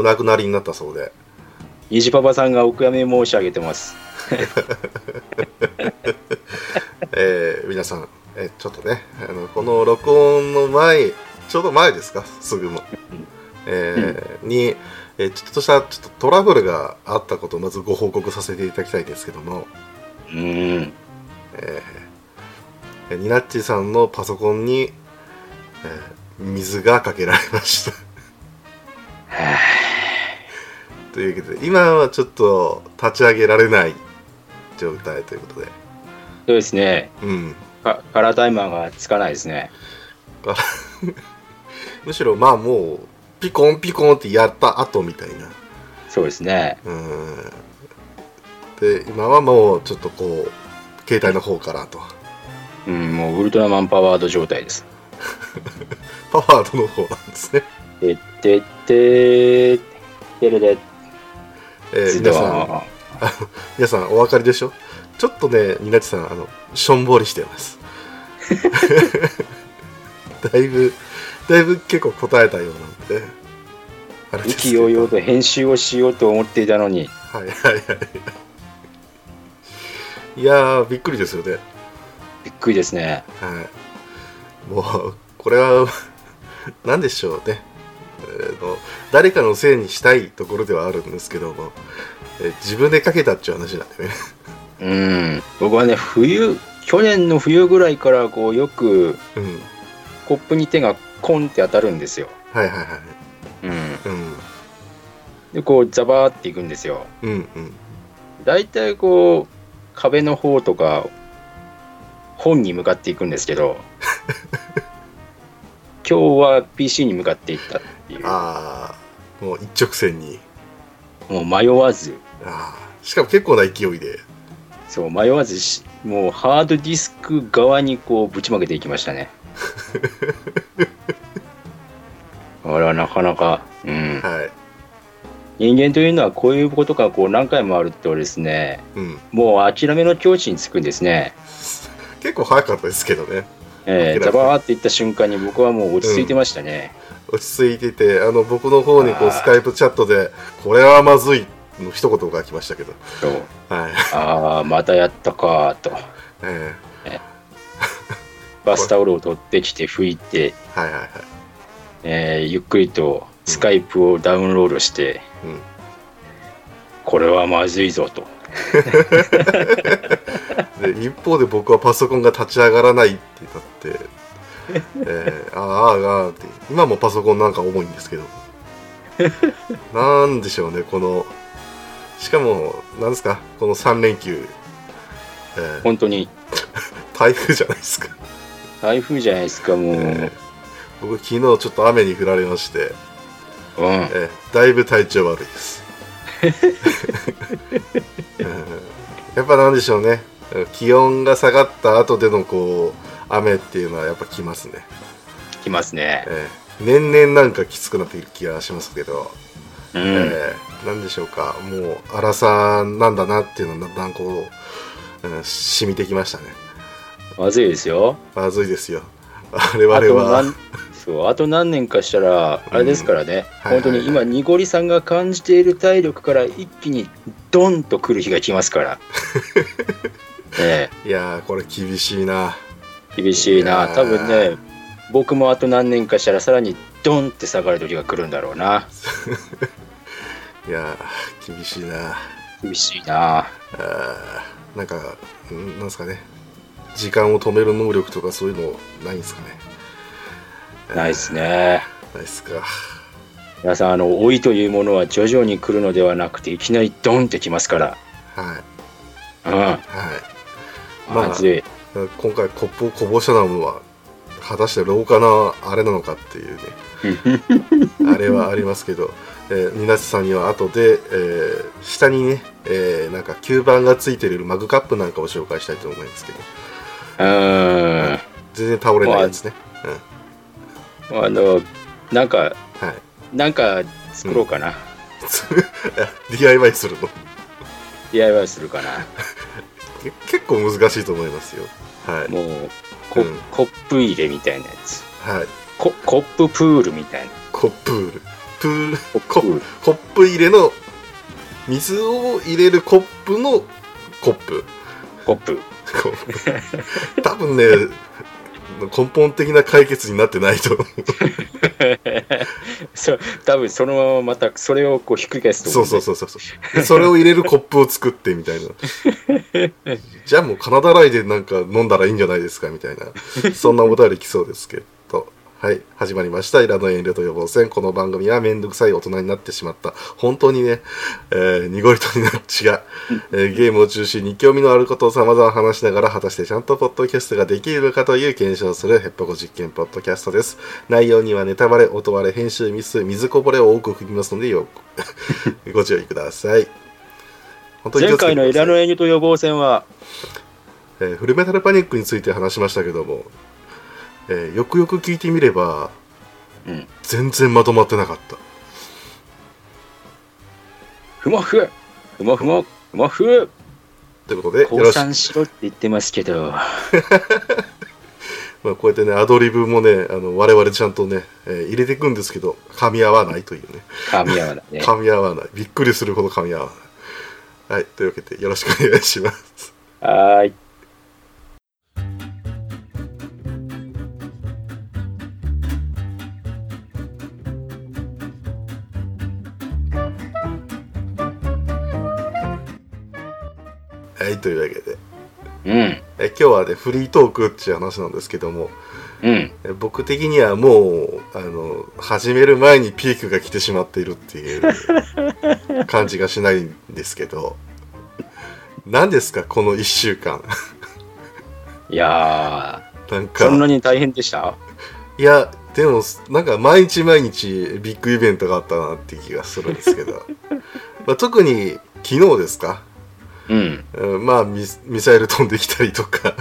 お亡くなりになったそうで、 虹パパさんがお悔やみ申し上げてます。 皆さん、ちょっとねこの録音の前、ちょうど前ですか、すぐも、に、ちょっとしたちょっとトラブルがあったことをまずご報告させていただきたいんですけども、ニナッチさんのパソコンに、水がかけられましたというわけで、今はちょっと立ち上げられない状態ということで。 そうですね、カラータイマーがつかないですね。 むしろまあもうピコンピコンってやった後みたいな。 そうですね。 で今はもうちょっとこう携帯の方からと、 もうウルトラマンパワード状態です。 パワードの方なんですね。皆さんお分かりでしょ。ちょっとね、ニナッチさんしょんぼりしてますだいぶ結構答えたようなんで、 意気揚々と編集をしようと思っていたのに。 いやー、びっくりですよね。 びっくりですね。 もうこれは何でしょうね、誰かのせいにしたいところではあるんですけども、自分でかけたっていう話なんでね。 僕はね、去年の冬ぐらいからこうよく、コップに手がコンって当たるんですよ。でこうザバーっていくんですよ。だいたいこう壁の方とか本に向かっていくんですけど今日は PC に向かっていったっていう。 もう一直線に、 もう迷わず、 しかも結構な勢いで、 そう迷わずもうハードディスク側にこうぶちまけていきましたねあれはなかなか、人間というのはこういうことがこう何回もあるとですね、もう諦めの境地につくんですね。 結構早かったですけどね。 ザバーっていった瞬間に僕はもう落ち着いてましたね。 落ち着いてて、僕の方にこうスカイプチャットでこれはまずいの一言が来ましたけど、 またやったかと、バスタオルを取ってきて拭いて、ゆっくりとスカイプをダウンロードして、これはまずいぞとで一方で僕はパソコンが立ち上がらないって言ってって今もパソコンなんか重いんですけどなんでしょうね、このしかもなんですか、この3連休、 本当に台風じゃないですか。 台風じゃないですか。もう、 僕昨日ちょっと雨に降られまして、だいぶ体調悪いですやっぱなんでしょうね、気温が下がった後でのこう雨っていうのはやっぱ来ますね。 来ますね。 年々なんかきつくなっている気がしますけど、なんでしょうか、もう荒さなんだなっていうのをだんだんこう、染みてきましたね。 まずいですよ。 まずいですよ。我々はあと何年かしたらあれですからね、本当に今にごりさんが感じている体力から一気にドンと来る日が来ますからいやー、これ厳しいな。 多分ね、僕もあと何年かしたらさらにドンって下がる時が来るんだろうな。 いやー、厳しいな。なんかなんですかね、時間を止める能力とかそういうのないんですかね。 ないっすね。 ないっすか。 皆さん、老いというものは徐々に来るのではなくていきなりドンってきますから。まずい。 今回コップをこぼしたのは果たして老化なあれなのかっていうねあれはありますけど、ニナッチさんには後で、下にね、なんか吸盤がついてるマグカップなんかを紹介したいと思いますけど、全然倒れないやつね。 なんか作ろうかな。 DIY するの ？DIY するかな。 結構難しいと思いますよ。 もうコップ入れみたいなやつ。 はい。 コッププールみたいな。 コップール。 コップ入れの水を入れるコップのコップ多分ね根本的な解決になってないと多分そのまままたそれをこうひっくり返すと思う、ね、 そうそれを入れるコップを作ってみたいなじゃあもうカナダライでなんか飲んだらいいんじゃないですかみたいなそんなお便り来そうですけど、はい、始まりましたイラの遠慮と予防戦。この番組はめんどくさい大人になってしまった本当にね、濁りとになっちが、ゲームを中心に興味のあることを様々話しながら果たしてちゃんとポッドキャストができるのかという検証するヘッポコ実験ポッドキャストです。内容にはネタバレ、音割れ、編集ミス、水こぼれを多く含みますのでご注意ください。 本当に前回のイラの遠慮と予防戦は、 フルメタルパニックについて話しましたけども、よくよく聞いてみれば、全然まとまってなかった。 ふもふということで降参しろって言ってますけどまあこうやってねアドリブもね我々ちゃんとね、入れていくんですけど噛み合わないというね噛み合わないね噛み合わないびっくりするほど噛み合わない。はい、というわけでよろしくお願いします。 はい。 はい、というわけで、今日はねフリートークっていう話なんですけども、僕的にはもう始める前にピークが来てしまっているっていう感じがしないんですけど何ですかこの1週間いやーなんかそんなに大変でした？ いやでもなんか毎日ビッグイベントがあったなっていう気がするんですけどまあ特に昨日ですか、まあミサイル飛んできたりとか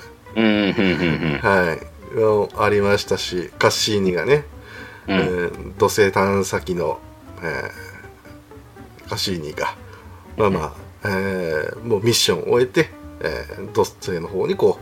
はいありましたし、カッシーニがね、土星探査機の、カッシーニがもうミッションを終えて、土星の方にこ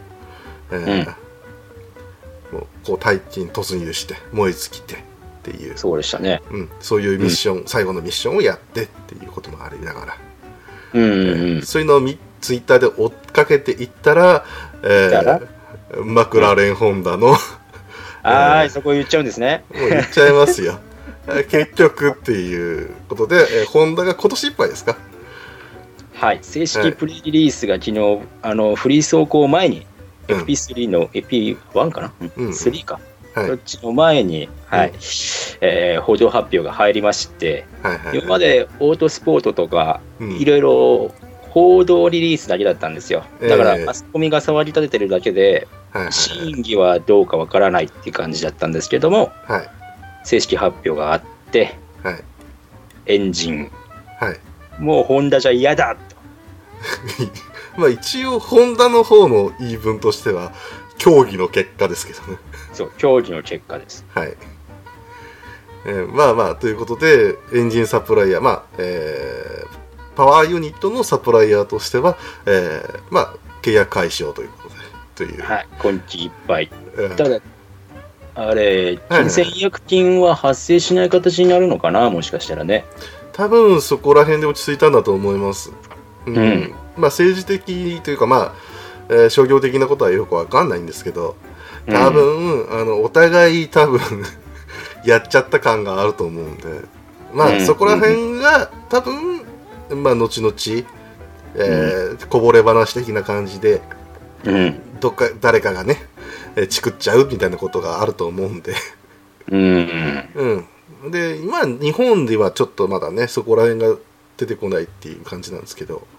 う大気に突入して燃え尽きてっていうそうでしたね、 そういうミッション、最後のミッションをやってっていうこともありながら、そういうのをツイッターで追っかけていったら、マクラーレンホンダのそこ言っちゃうんですね。 もう言っちゃいますよ結局っていうことで、ホンダが今年いっぱいですか？ はい、正式プレリリースが昨日フリー走行前に FP3 の FP1 かな、3か、そっちの前に、報道発表が入りまして、今までオートスポートとか、いろいろ報道リリースだけだったんですよ。だからマスコミが触り立ててるだけで、真偽はどうかわからないっていう感じだったんですけども、正式発表があって、エンジン、もうホンダじゃ嫌だとまあ一応ホンダの方の言い分としては競技の結果ですけどね。 そう競技の結果です。 はい。まあまあということでエンジンサプライヤー、パワーユニットのサプライヤーとしては、まあ契約解消ということでという。 はい。今期いっぱい。ただあれ金銭違約金は発生しない形になるのかな、もしかしたらね。 多分そこら辺で落ち着いたんだと思います。まあ政治的というかまあ、商業的なことはよくわかんないんですけど、多分、お互い多分やっちゃった感があると思うんで、まあ、そこら辺が多分、まあ後々、こぼれ話的な感じで、誰かがね、チクっちゃうみたいなことがあると思うんでで今日本ではちょっとまだねそこら辺が出てこないっていう感じなんですけど、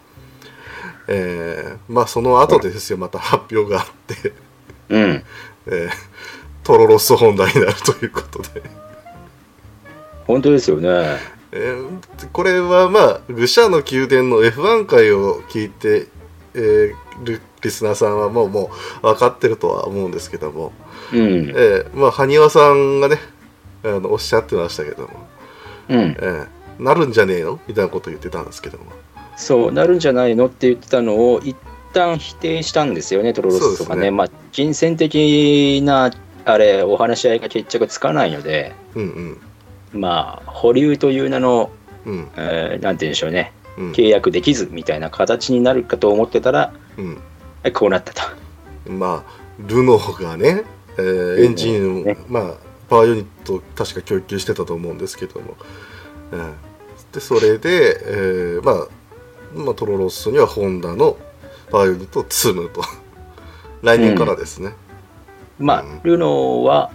まあその後でですよ、また発表があってトロロッソホンダになるということで本当ですよね。 これはまあ愚者の宮殿の F1 回を聞いて、るリスナーさんはもう分かってるとは思うんですけども、まあ埴輪さんがねおっしゃってましたけども、なるんじゃねえのみたいなことを言ってたんですけども、 そうなるんじゃないのって言ってたのを一旦否定したんですよね、トロロッソがね。まあ金銭的なお話し合いが決着つかないので、 まあ保留という名の、 うんなんて言うんでしょうね、 うん契約できずみたいな形になるかと思ってたら、こうなったと。 まあルノーがね、エンジンを、 ね、 まあパワーユニットを確か供給してたと思うんですけども、でそれで、まあトロロッソにはホンダのパワーユニットを積むと来年からですね。 まあルノーは、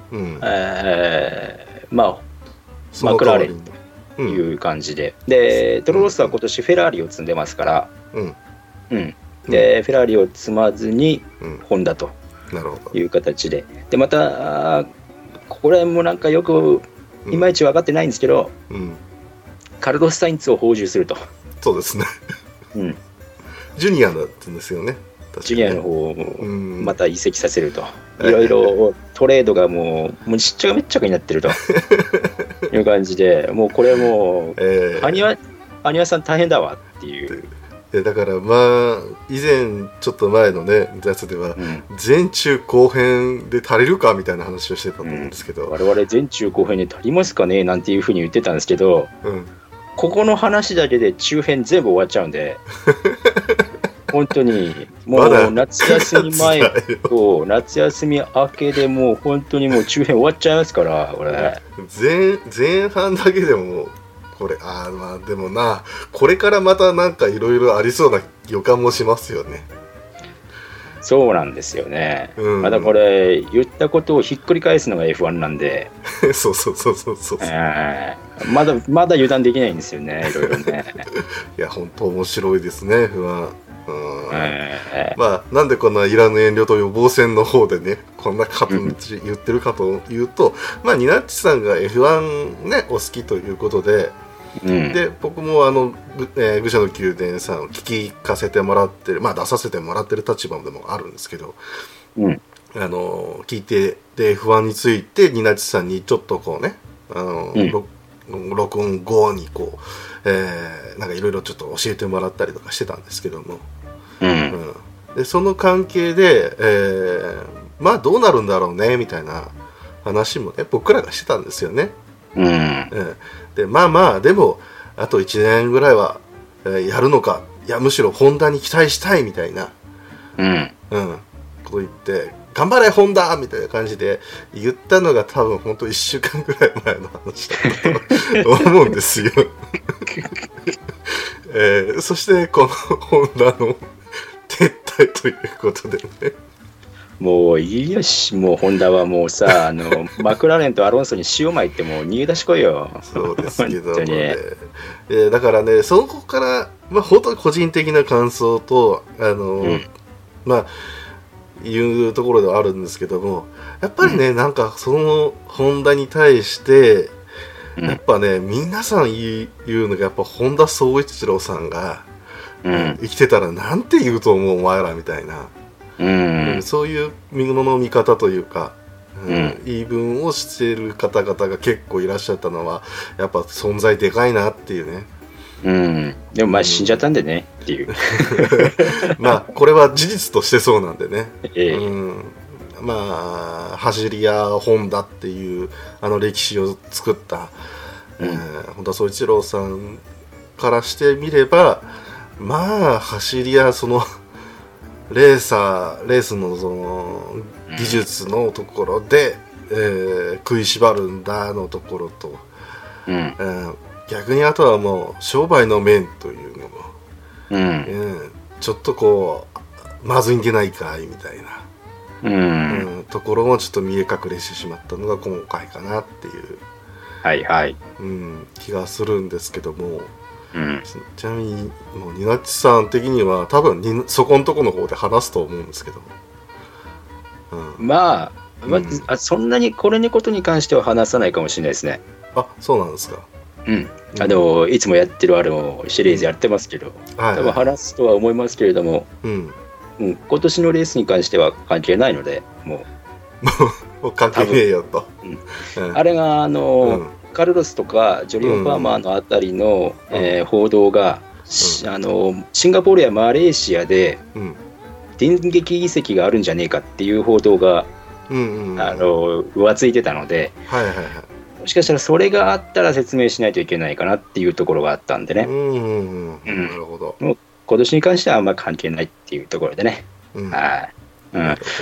まあマクラーレンという感じで、でトロロッソは今年フェラーリを積んでますから、でフェラーリを積まずにホンダという形で、でまたこれもなんかよくいまいち分かってないんですけど、カルロス・サインツを放充すると。 そうですね。ジュニアだったんですよね。 ジュニアの方をまた移籍させると、いろいろトレードがもうちっちゃがめっちゃかになってるという感じで、もうこれもう羽生さん大変だわっていう。 だからまあ以前ちょっと前のねやつでは、前中後編で足りるかみたいな話をしてたと思うんですけど、 我々前中後編で足りますかねなんていうふうに言ってたんですけど、ここの話だけで中編全部終わっちゃうんで本当にもう夏休み前と夏休み明けでもう本当にもう中編終わっちゃいますから、これ前半だけでもこれまあでもな、これからまたなんかいろいろありそうな予感もしますよね。 そうなんですよね、まだこれ言ったことをひっくり返すのが F1 なんでそう、 まだ油断できないんですよね、いろいろねいや本当面白いですね F1。まあなんでこんないらぬ遠慮と予防線の方でねこんな形言ってるかというと、まあニナッチさんが F1 ねお好きということで、で僕も愚者の宮殿さんを聞かせてもらってる、まあ出させてもらってる立場でもあるんですけど、聞いてで F1 についてニナッチさんにちょっとこうね録音後にこう、なんかいろいろちょっと教えてもらったりとかしてたんですけども、でその関係で、まあどうなるんだろうねみたいな話もね僕らがしてたんですよね。でまあでもあと1年ぐらいは、やるのか、いやむしろホンダに期待したいみたいな、こと言って頑張れホンダみたいな感じで言ったのが多分本当1週間ぐらい前の話だったと思うんですよ。そしてこのホンダの撤退ということでね、 もういいよし、もうホンダはもうさマクラーレンとアロンソに塩まいてもう逃げ出しこいよ。そうですけどもねだからねそこから、まあ、本当に個人的な感想とまあいうところではあるんですけども、やっぱりね、なんかそのホンダに対してやっぱね皆さん言うのがやっぱ本田宗一郎さんが、生きてたらなんて言うと思うお前らみたいな、そういうものの見方というか、言い分をしている方々が結構いらっしゃったのはやっぱ存在でかいなっていうね。 でもまあ死んじゃったんでねっていうまあこれは事実としてそうなんでね、まあ走り屋ホンダっていう歴史を作った、本田宗一郎さんからしてみれば、まあ走り屋そのレースのその技術のところで、食いしばるんだのところと、逆にあとはもう商売の面というのも、ちょっとこうまずいんじゃないかいみたいな、ところもちょっと見え隠れしてしまったのが今回かなっていう、気がするんですけども、ちなみにもうニナッチさん的には多分そこのとこの方で話すと思うんですけど、 まあ、そんなにこれのことに関しては話さないかもしれないですね。 あ、そうなんですか。 いつもやってるシリーズやってますけど、多分話すとは思いますけれども、今年のレースに関しては関係ないので、もう関係ねえよと、 あれがカルロスとかジョリオ・ファーマーのあたりの、報道が、シンガポールやマレーシアで、電撃移籍があるんじゃねえかっていう報道が、浮ついてたので、 もしかしたらそれがあったら説明しないといけないかなっていうところがあったんでね。 なるほど。 もう今年に関してはあんま関係ないっていうところでね。はい。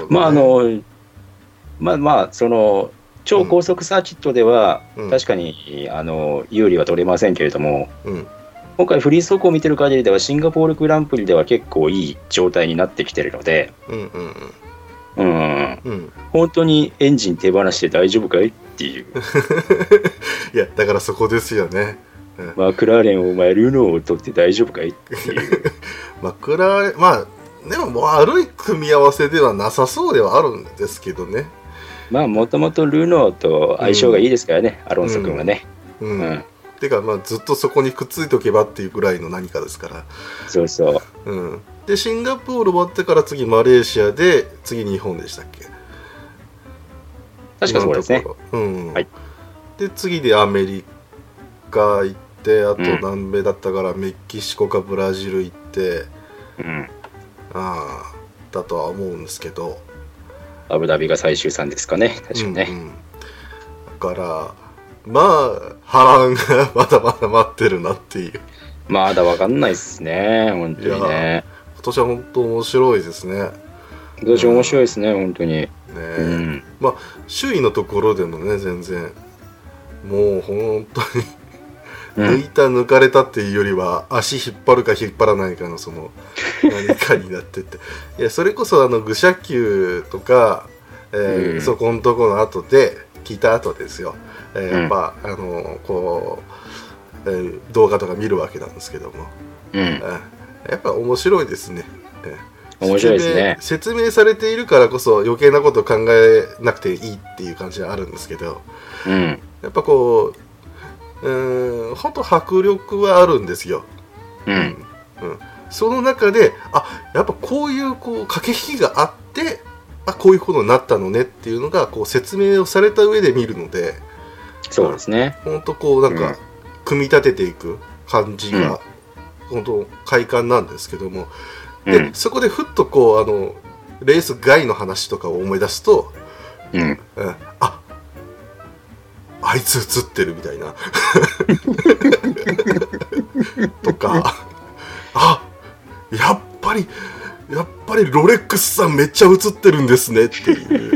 まあその超高速サーキットでは、確かに有利は取れませんけれども、今回フリー走行を見てる限りではシンガポールグランプリでは結構いい状態になってきてるので、本当にエンジン手放して大丈夫かいっていういやだからそこですよね、 マクラーレンお前ルノーを取って大丈夫かいっていうマクラーレンまあでも悪い組み合わせではなさそうではあるんですけどね。 まあもともとルノーと相性がいいですからね、アロンソ君はね。 てかまあずっとそこにくっついておけばっていうぐらいの何かですから。 そうそう。 でシンガポール終わってから次マレーシアで次日本でしたっけ？ 確かそうですね。 で次でアメリカ行ってあと南米だったからメキシコかブラジル行って、だとは思うんですけど。 アブダビが最終3ですかね、確かね。 だからまあ波乱がまだまだ待ってるなっていう。 まだ分かんないっすね、本当にね。 今年は本当面白いですね。 今年面白いですね、本当に。 まあ周囲のところでもね全然もう本当に抜いた抜かれたっていうよりは足引っ張るか引っ張らないかのその何かになってていやそれこそ愚者級とか、そこのところの後で聞いた後ですよ、やっぱこう、動画とか見るわけなんですけども、やっぱ面白いですね。 面白いですね。 説明されているからこそ余計なこと考えなくていいっていう感じはあるんですけど、やっぱこう本当迫力はあるんですよ。その中でやっぱこういう駆け引きがあってこういうことになったのねっていうのがこう説明をされた上で見るので、 そうですね。 本当こうなんか組み立てていく感じが本当快感なんですけども、でそこでふっとこうレース外の話とかを思い出すと、あいつ映ってるみたいなとかやっぱりロレックスさんめっちゃ映ってるんですねっていう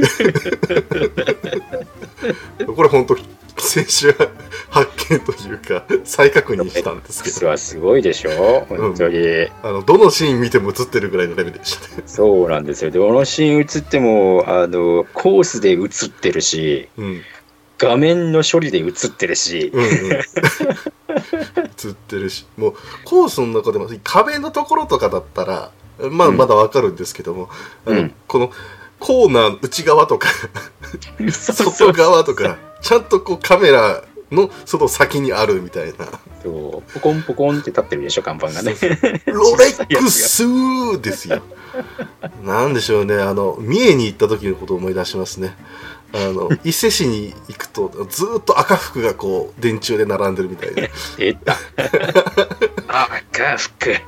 これ本当先週発見というか再確認したんですけど、 すごいでしょ本当に、 どのシーン見ても映ってるぐらいのレベルでしたね。そうなんですよ。どのシーン映ってもコースで映ってるし、画面の処理で映ってるし、映ってるし、もうコースの中でも壁のところとかだったらまだわかるんですけども、このコーナー内側とか外側とかちゃんとこうカメラのその先にあるみたいな、 ポコンポコンって立ってるでしょ看板がね。 ロレックスですよ。なんでしょうね、三重に行った時のことを思い出しますね。伊勢市に行くとずっと赤服がこう電柱で並んでるみたいな。 出た赤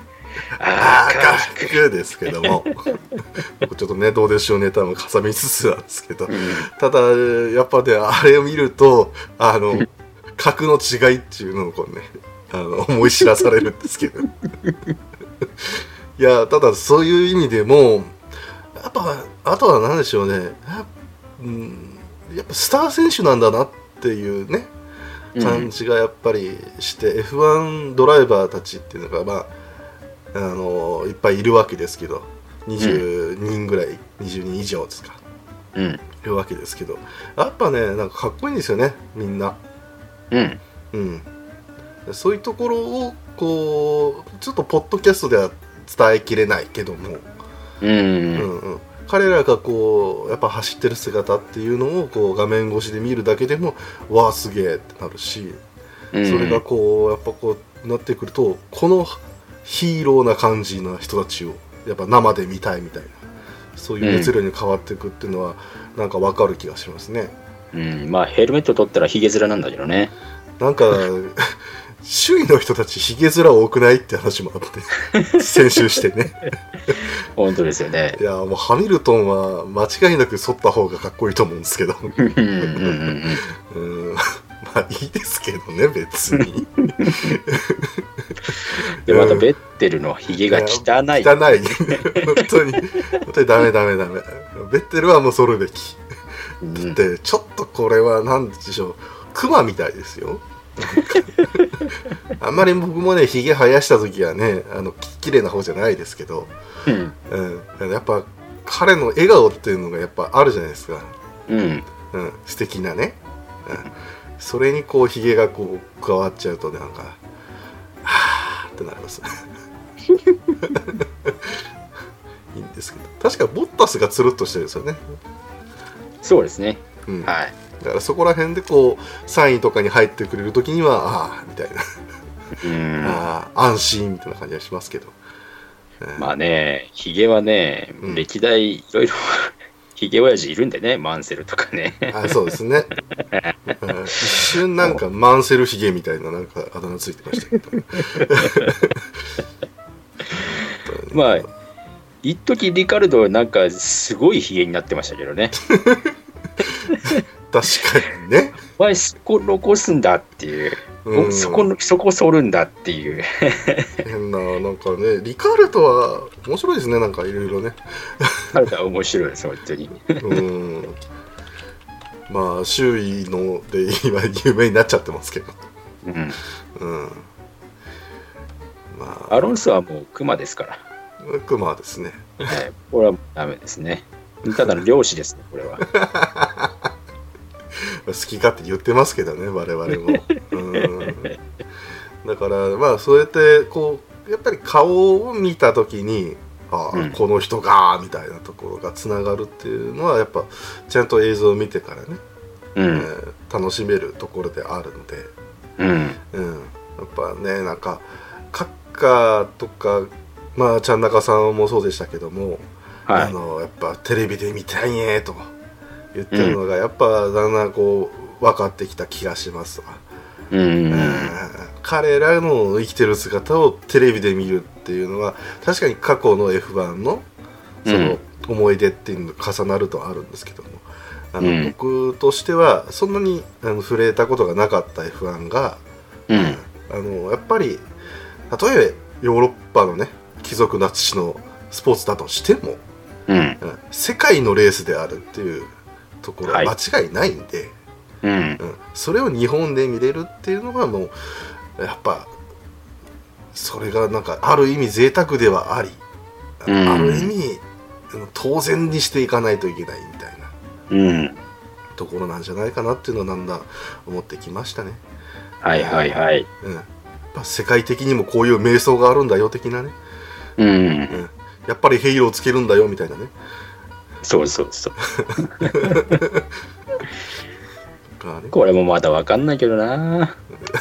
服ですけどもちょっとねどうでしょうネタも挟みつつなんですけど、ただやっぱねあれを見ると格の違いっていうのをこうね思い知らされるんですけどいやただそういう意味でもやっぱあとは何でしょうね、やっぱスター選手なんだなっていうね感じがやっぱりして、F1 ドライバーたちっていうのがいっぱいいるわけですけど20人ぐらい、20人以上ですか、いるわけですけど、やっぱねなんかかっこいいんですよねみんな。そういうところをこうちょっとポッドキャストでは伝えきれないけども、彼らがこうやっぱ走ってる姿っていうのをこう画面越しで見るだけでもわあすげえってなるし、それがこうやっぱこうなってくるとこのヒーローな感じの人たちをやっぱ生で見たいみたいな、そういう熱量に変わっていくっていうのはなんか分かる気がしますね。 まあヘルメット取ったらヒゲ面なんだけどね。 なんか周囲の人たちヒゲ面多くないって話もあって先週してね本当ですよね。 いやもうハミルトンは間違いなく剃った方がかっこいいと思うんですけどまあいいですけどね別にでまたベッテルのひげが汚い、 汚い本当にダメベッテルはもう剃るべき、だってちょっとこれは何でしょう、クマみたいですよあんまり僕もねひげ生やした時はね綺麗な方じゃないですけど、やっぱ彼の笑顔っていうのがやっぱあるじゃないですか、素敵なね、それにこうひげがこう加わっちゃうとね、なんかはーってなりますいいんですけど、確かボッタスがつるっとしてるんですよね。 そうですね、はい。 だからそこら辺でこう3位とかに入ってくれる時にはああみたいな安心みたいな感じがしますけど、 まあね、ヒゲはね、歴代いろいろヒゲ親父いるんでね、マンセルとかね。 そうですね、一瞬なんかマンセルヒゲみたいななんかあだ名ついてましたけどまあ一時リカルドなんかすごいヒゲになってましたけどね確かにね、 お前そこ残すんだっていう、そこ剃るんだっていう変な、なんかね、リカルトは面白いですね、なんかいろいろね。 リカルトは面白いです、本当にまあ周囲ので今有名になっちゃってますけど、 まあ、アロンソはもうクマですから。 クマですね、 これはもうダメですね、ただの漁師ですねこれは好き勝手言ってますけどね我々もだからまあそうやってこうやっぱり顔を見た時にこの人がみたいなところがつながるっていうのはやっぱちゃんと映像を見てからね、楽しめるところであるので、やっぱね、なんかカッカーとかまあちゃん中さんもそうでしたけども、やっぱテレビで見たいねと言ってるのがやっぱだんだんこう分かってきた気がしますわ。彼らの生きてる姿をテレビで見るっていうのは確かに過去の F1 のその思い出っていうのが重なるとあるんですけども、僕としてはそんなに触れたことがなかった F1 が、やっぱりたとえヨーロッパのね貴族なしのスポーツだとしても、世界のレースであるっていうところは間違いないんで、それを日本で見れるっていうのがもうやっぱそれがなんかある意味贅沢ではあり、ある意味当然にしていかないといけないみたいな、ところなんじゃないかなっていうのはだんだん思ってきましたね。世界的にもこういう瞑想があるんだよ的なね、やっぱりヘイローつけるんだよみたいなね。 そうこれもまだ分かんないけどな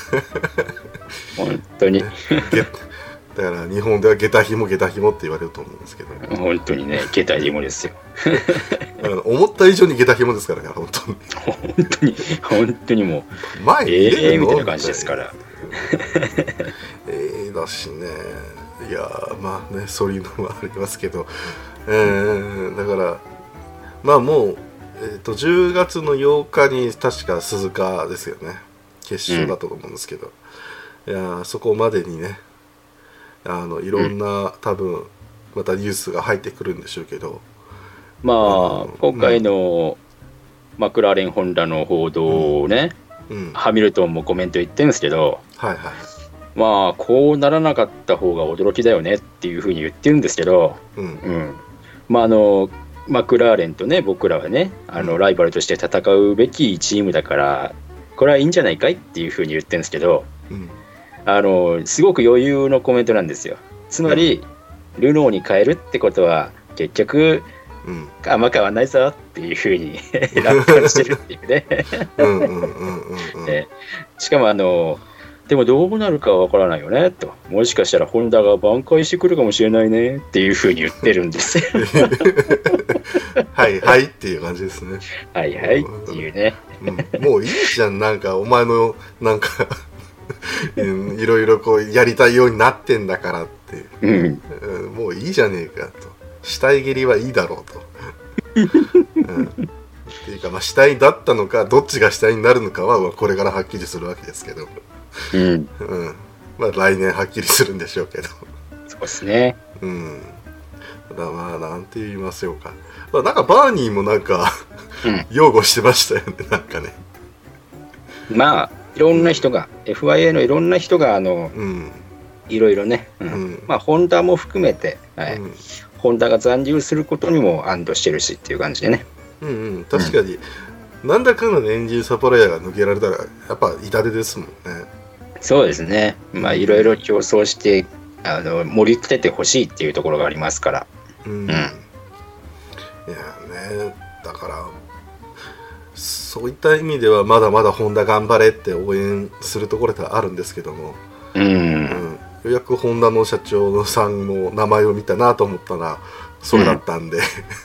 本当にだから日本では下駄紐って言われると思うんですけど、 本当にね下駄紐ですよ思った以上に下駄紐ですからね、本当にもう前にみたいな感じですからだしね、いやまあねそういうのもありますけど、だからまあもう10月の8日に確か鈴鹿ですよね、決勝だと思うんですけど、いやそこまでにねいろんな、多分またニュースが入ってくるんでしょうけど、 まあ今回のマクラーレンホンダの報道をね、ハミルトンもコメント言ってるんですけど、まあこうならなかった方が驚きだよねっていうふうに言ってるんですけど、まあマクラーレンとね僕らはねライバルとして戦うべきチームだからこれはいいんじゃないかいっていうふうに言ってるんですけど、すごく余裕のコメントなんですよ。つまり、ルノーに変えるってことは結局、あんま変わんないぞっていうふうに楽観してるっていうねしかもでもどうなるかは分からないよねと、もしかしたらホンダが挽回してくるかもしれないねっていうふうに言ってるんですよはいはいっていう感じですね。 はいはいっていうね、 もういいじゃん、なんかお前のなんかいろいろこうやりたいようになってんだからっていう、もういいじゃねえかと、死体蹴りはいいだろうと、 っていうか、まあ、死体だったのかどっちが死体になるのかはこれからはっきりするわけですけど、まあ来年はっきりするんでしょうけど。 そうですね。 ただまあなんて言いますよか、まあ、なんかバーニーもなんか擁護してましたよね、なんかね。 まあいろんな人が、FIA のいろんな人がいろいろね、まあホンダも含めて、ホンダが残留することにも安堵してるしっていう感じでね。 確かに、なんだかんだでエンジンサプライヤーが抜けられたらやっぱ痛手ですもんね。 そうですね。まあいろいろ競争して盛り立ててほしいっていうところがありますから。いやね、だからそういった意味ではまだまだホンダ頑張れって応援するところではあるんですけども、ようやくホンダの社長さんの名前を見たなと思ったらそれだったんで、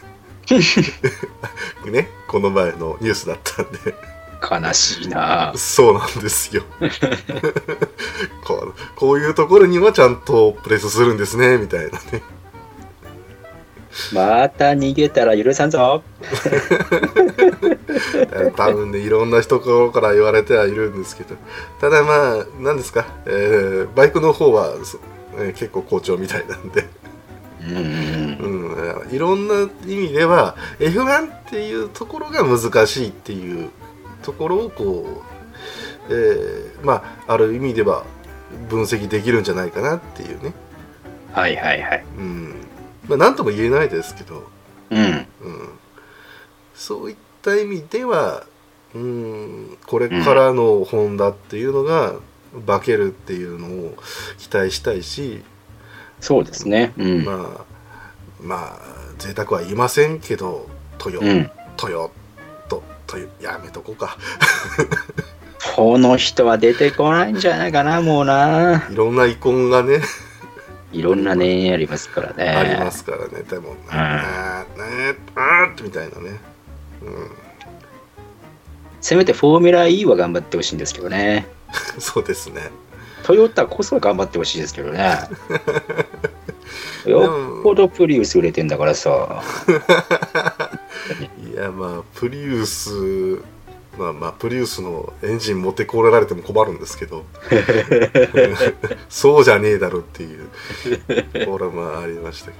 ね、この前のニュースだったんで悲しいな。 そうなんですよこういうところにはちゃんとプレスするんですねみたいなね。 また逃げたら許さんぞ多分ね、いろんな人から言われてはいるんですけど、ただまあ何ですか、バイクの方は、結構好調みたいなんでいろんな意味では F1 っていうところが難しいっていうところをこう、まあある意味では分析できるんじゃないかなっていうね。まあ何とも言えないですけど、そういった意味ではこれからのホンダっていうのが化けるっていうのを期待したいし、 そうですね。 まあ贅沢は言いませんけど、トヨやめとこうかこの人は出てこないんじゃないかな、もうな。 いろんな遺恨がねいろんなねありますからね。 ありますからね。でもみたいなね。 せめてフォーミュラ E は頑張ってほしいんですけどね。 そうですね。 トヨタこそ頑張ってほしいですけどね。よっぽどプリウス売れてんだからさ。 いやまあプリウスプリウスのエンジン持ってこられても困るんですけどそうじゃねえだろっていうところもありましたけ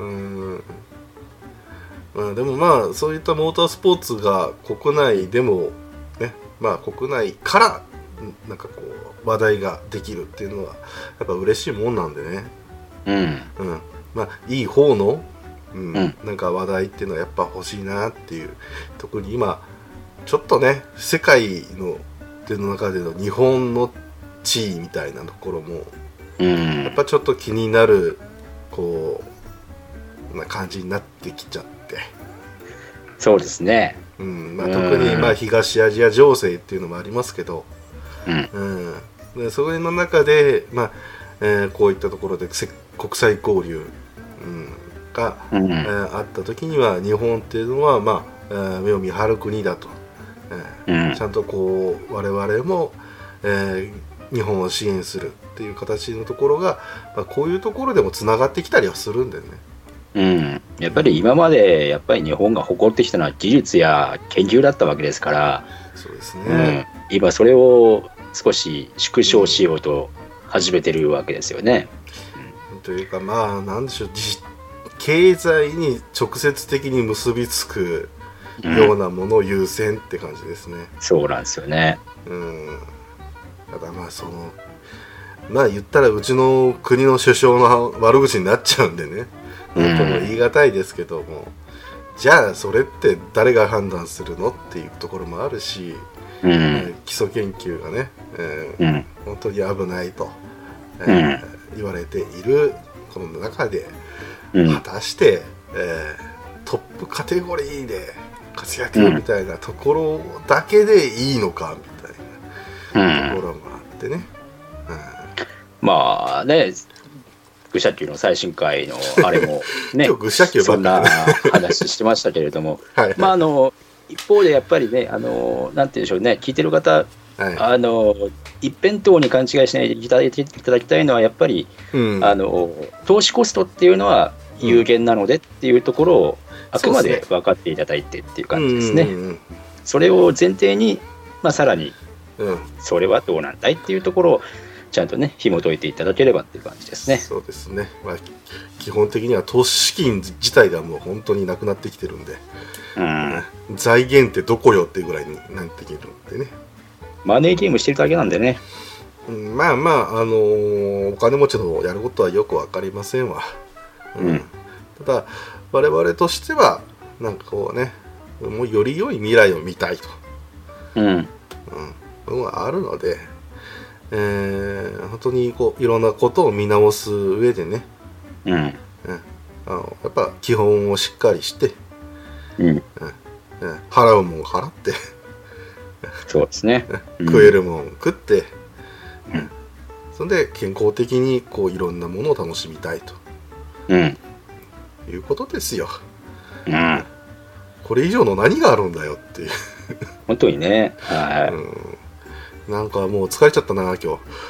ど、でもまあそういったモータースポーツが国内でもね、まあ国内からなんかこう話題ができるっていうのはやっぱ嬉しいもんなんでね。まあいい方のなんか話題っていうのはやっぱ欲しいなっていう。特に今ちょっとね、世界の中での日本の地位みたいなところもやっぱちょっと気になるこうな感じになってきちゃって、 そうですね。 特にまあ東アジア情勢っていうのもありますけど、でそれの中でまあ、こういったところで国際交流、が、あった時には日本っていうのはまあ、目を見張る国だと。ちゃんとこう我々も、日本を支援するっていう形のところが、こういうところでもつながってきたりはするんだよね。 やっぱり今までやっぱり日本が誇ってきたのは技術や研究だったわけですから、 そうですね、 今それを少し縮小しようと始めてるわけですよね。 というかまあなんでしょう、経済に直接的に結びつくようなものを優先って感じですね。 そうなんですよね。 ただまあまあ言ったらうちの国の首相の悪口になっちゃうんでね、なんとも言い難いですけども、じゃあそれって誰が判断するのっていうところもあるし、基礎研究がね、本当に危ないと、言われているこの中で、果たして、トップカテゴリーで活躍みたいなところだけでいいのかみたいなところもあってね。 まあね、愚者級の最新回のあれもねそんな話してましたけれどもまあ一方でやっぱりね、なんて言うんでしょうね、聞いてる方、一辺倒に勘違いしないでいただきたいのはやっぱり、投資コストっていうのは有限なのでっていうところをあくまで分かっていただいてっていう感じですね。それを前提に、さらにそれはどうなんだいっていうところをちゃんとね紐解いていただければっていう感じですね。 そうですね、基本的には投資資金自体がもう本当になくなってきてるんで、財源ってどこよっていうぐらいになってきてるんでね。 マネーゲームしてるだけなんでね。 お金持ちのやることはよく分かりませんわ。ただ我々としてはなんかこうね、もうより良い未来を見たいと、はあるので、本当にこういろんなことを見直す上でね、やっぱ基本をしっかりして、払うもん払ってそうですね、 食えるもん食って、それで健康的にこういろんなものを楽しみたいと、いうことですよ。これ以上の何があるんだよっていう本当にね、 なんかもう疲れちゃったな今日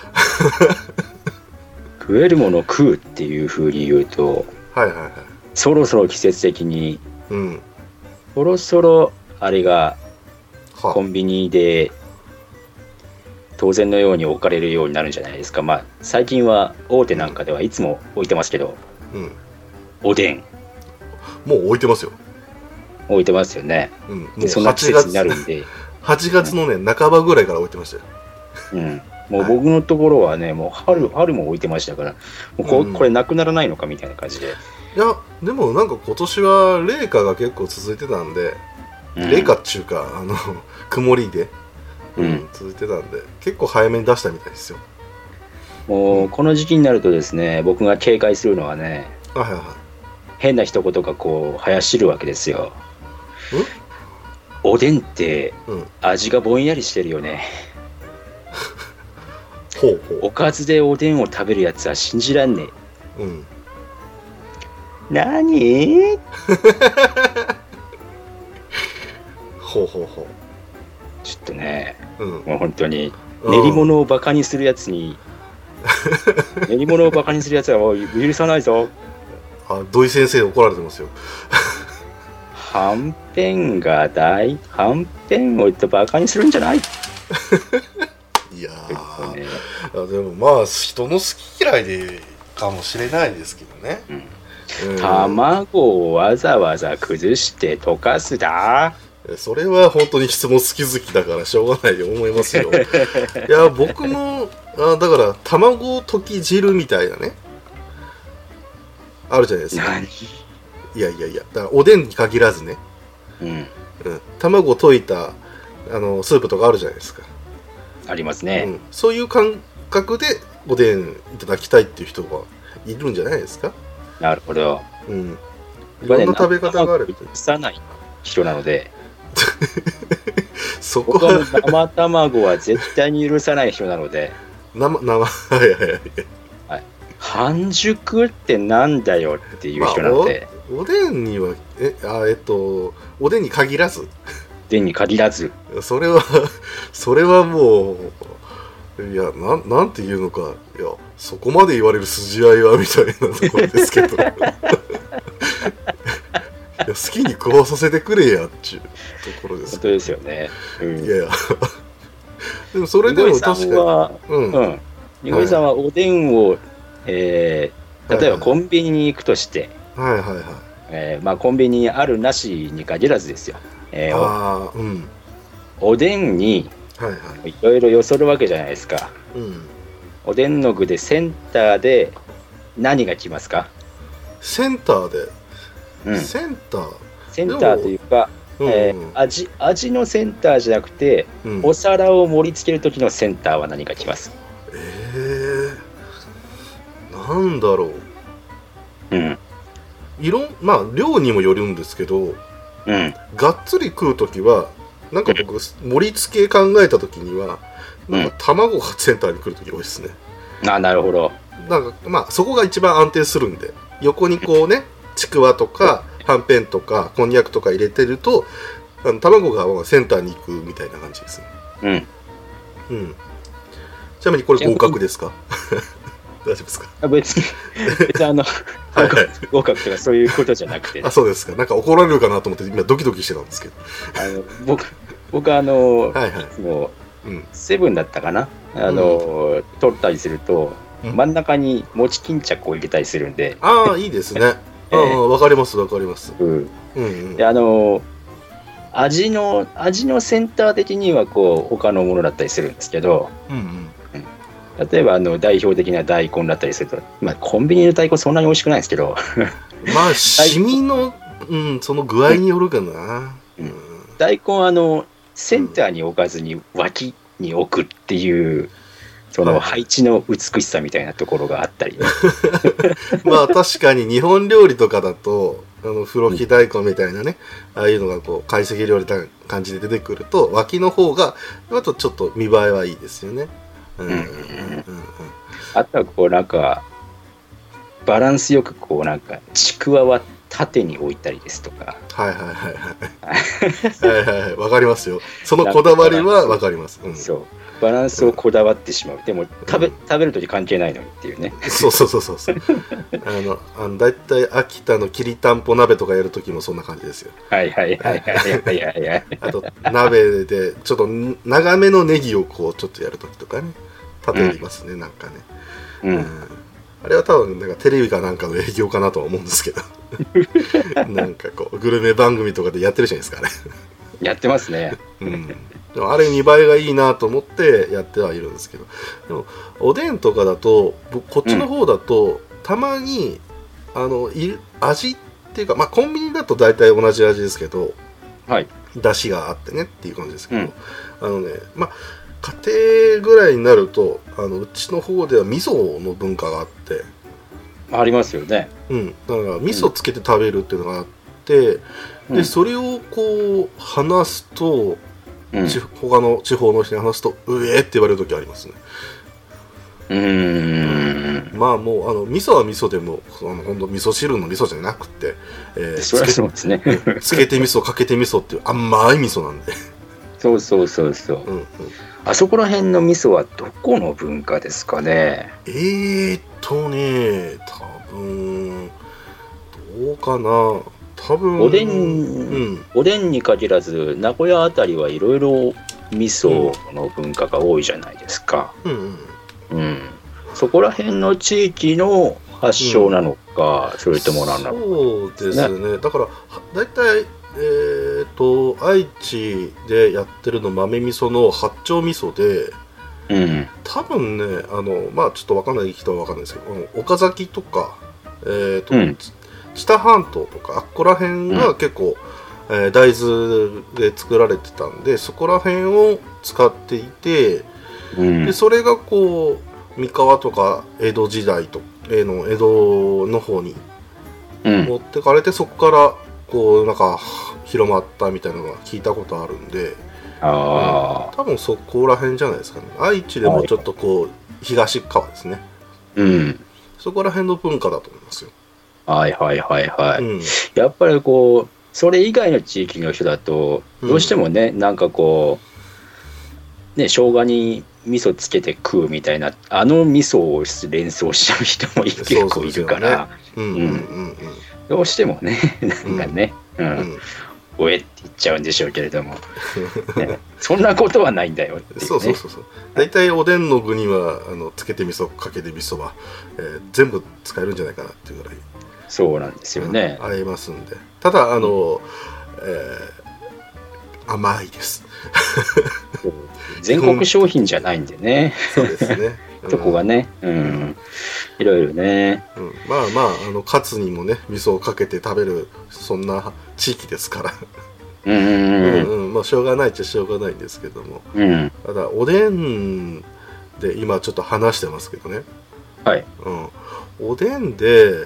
食えるもの食うっていう風に言うと、そろそろ季節的に、そろそろあれがコンビニで当然のように置かれるようになるんじゃないですか。最近は大手なんかではいつも置いてますけど、おでんもう置いてますよ。 置いてますよね。 もうそんな季節になるんで 8月のね、半ばぐらいから置いてましたよ。 もう僕のところはね、もう春も置いてましたから、もうこれなくならないのかみたいな感じで。 いやでもなんか今年は冷夏が結構続いてたんで、冷夏っちゅうか曇りで、続いてたんで結構早めに出したみたいですよ。 もうこの時期になるとですね、僕が警戒するのはね、変な一言がこうはやしるわけですよ。おでんって味がぼんやりしてるよね。おかずでおでんを食べるやつは信じらんねえ。なにちょっとね、もう本当に練り物をバカにするやつに練り物をバカにするやつはもう許さないぞ。 土井先生怒られてますよ。 はんぺんをバカにするんじゃない。 いやでも人の好き嫌いでかもしれないですけどね。 卵をわざわざ崩して溶かすだ。 それは本当に質問好き好きだからしょうがないと思いますよ。いや僕もだから卵溶き汁みたいなねあるじゃないですか。いやだからおでんに限らずね、卵溶いたスープとかあるじゃないですか。 ありますね、 そういう感覚でおでんいただきたいっていう人がいるんじゃないですか。 なるほど。 いろんな食べ方があるみたいな。 許さない人なのでそこは生卵は絶対に許さない人なので半熟ってなんだよっていう人なので、 おでんにはおでんに限らずそれはもういやなんていうのか、いやそこまで言われる筋合いはみたいなところですけどいや好きに食わさせてくれやっちゅうところです。 本当ですよね。 いやでもそれでも確かにニゴイさんはおでんを例えばコンビニに行くとして、コンビニあるなしに限らずですよ、おでんにいろいろよそるわけじゃないですか。おでんの具でセンターで何がきますか？ センターで、センターというか、味のセンターじゃなくて、お皿を盛り付ける時のセンターは何がきます？ なんだろう。量にもよるんですけど、がっつり食う時はなんか僕盛り付け考えた時にはなんか卵がセンターに来る時多いですね。 なるほど。 なんかそこが一番安定するんで、横にこうねちくわとかはんぺんとかこんにゃくとか入れてると卵がセンターに行くみたいな感じですね。ちなみにこれ合格ですか？ 大丈夫ですか？ 別に合格とかそういうことじゃなくて、ね、 あ、そうですか。なんか怒られるかなと思って今ドキドキしてたんですけど。 僕はいつもセブンだったかな、取ったりすると、真ん中に餅巾着を入れたりするんで。 ああ、いいですね。わかりますわかります。 で味のセンター的にはこう他のものだったりするんですけど、例えば代表的な大根だったりすると、コンビニの大根そんなに美味しくないんですけどまあシミの、その具合によるかな。 大根センターに置かずに脇に置くっていうその配置の美しさみたいなところがあったり、 まあ確かに日本料理とかだと風呂吹き大根みたいなね、ああいうのがこう懐石料理な感じで出てくると脇の方があとちょっと見栄えはいいですよね。 あとはこうなんかバランスよくこうなんかちくわは縦に置いたりですとか、 わかりますよ。そのこだわりはわかります。 そうバランスをこだわってしまう。でも食べるとき関係ないのにっていうね。 そうだいたい秋田のきりたんぽ鍋とかやるときもそんな感じですよ。あと鍋でちょっと長めのネギをこうちょっとやるときとかね、立てますね、なんかね。あれは多分なんかテレビかなんかの営業かなとは思うんですけどなんかこうグルメ番組とかでやってるじゃないですかね。 やってますね。 でもあれ見栄えがいいなと思ってやってはいるんですけど、でもおでんとかだとこっちの方だと、たまに味っていうか、コンビニだと大体同じ味ですけど、出汁があってねっていう感じですけど、家庭ぐらいになるとうちの方では味噌の文化があって、 ありますよね。 だから味噌つけて食べるっていうのがあって、でそれをこう話すと、他の地方の人に話すとうえって言われる時ありますね。まあもう味噌は味噌でも本当味噌汁の味噌じゃなくて、 そりゃそうですねつけて味噌かけて味噌っていう甘い味噌なんでそう、あそこら辺の味噌はどこの文化ですかね。 多分どうかな。多分おでんに限らず名古屋あたりはいろいろ味噌の文化が多いじゃないですか。そこら辺の地域の発祥なのか、それとも何なのか。 そうですね。だからだいたい愛知でやってるの豆味噌の八丁味噌で、多分ねちょっと分かんない人は分かんないですけど、岡崎とか知多半島とかあっこら辺が結構、大豆で作られてたんで、そこら辺を使っていて、でそれがこう三河とか江戸時代と江戸の方に持ってかれて、そこからこうなんか広まったみたいなのが聞いたことあるんで、多分そこら辺じゃないですかね。愛知でもちょっとこう東側ですね。そこら辺の文化だと思いますよ。やっぱりこうそれ以外の地域の人だとどうしてもね、なんかこうね、生姜に味噌つけて食うみたいな味噌を連想しちゃう人も結構いるから、どうしてもねなんかね、おえって言っちゃうんでしょうけれども、そんなことはないんだよっていうね。そう大体おでんの具にはつけて味噌かけて味噌は、全部使えるんじゃないかなっていうぐらいそうなんですよね。 ありますんで、ただ甘いです全国商品じゃないんでね。 そうですねそこがね、いろいろね、 カツにもね味噌をかけて食べるそんな地域ですからしょうがないっちゃしょうがないんですけども、ただおでんで今ちょっと話してますけどね、おでんで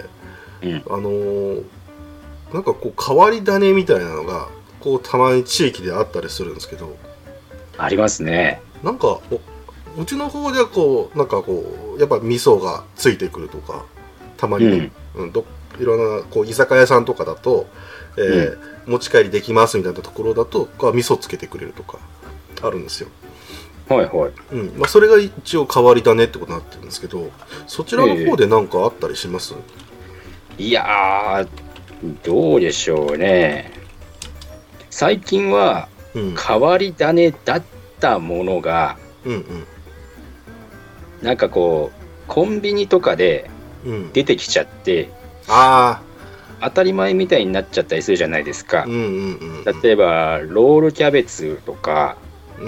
なんかこう変わり種みたいなのがこうたまに地域であったりするんですけど。 ありますね。 なんかうちの方ではこうなんかこうやっぱ味噌がついてくるとかたまにね、いろんなこう居酒屋さんとかだと、持ち帰りできますみたいなところだと味噌つけてくれるとかあるんですよ。 はいはい。 それが一応変わり種ってことになってるんですけど、そちらの方で何かあったりします？ いやー、どうでしょうね。最近は変わり種だったものが、なんかこうコンビニとかで出てきちゃって、当たり前みたいになっちゃったりするじゃないですか。例えばロールキャベツとか、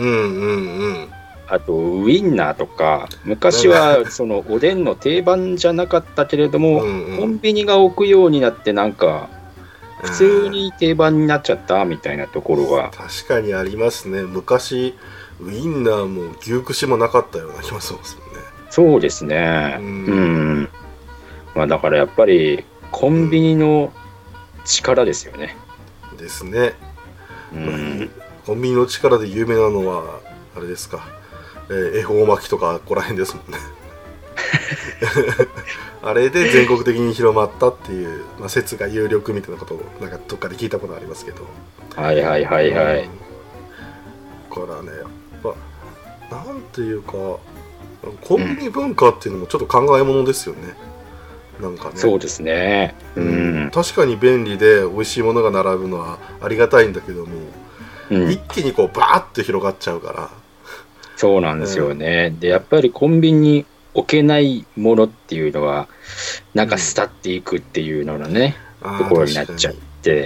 あとウインナーとか、昔はそのおでんの定番じゃなかったけれども、コンビニが置くようになって、なんか普通に定番になっちゃったみたいなところが確かにありますね。昔ウインナーも牛串もなかったような気もしますもんね。 そうですね。だからやっぱりコンビニの力ですよね。 ですね。コンビニの力で有名なのはあれですか、恵方巻きとかここら辺ですもんね。あれで全国的に広まったっていう、説が有力みたいなことをなんかどっかで聞いたことありますけど。 はいはいはいはい。 だからね、やっぱなんていうか、コンビニ文化っていうのもちょっと考えものですよね。なんかね。 そうですね。 確かに便利で美味しいものが並ぶのはありがたいんだけども、一気にこうバーッと広がっちゃうから。 そうなんですよね。でやっぱりコンビニに置けないものっていうのはなんか廃っていくっていうののね、ところになっちゃって、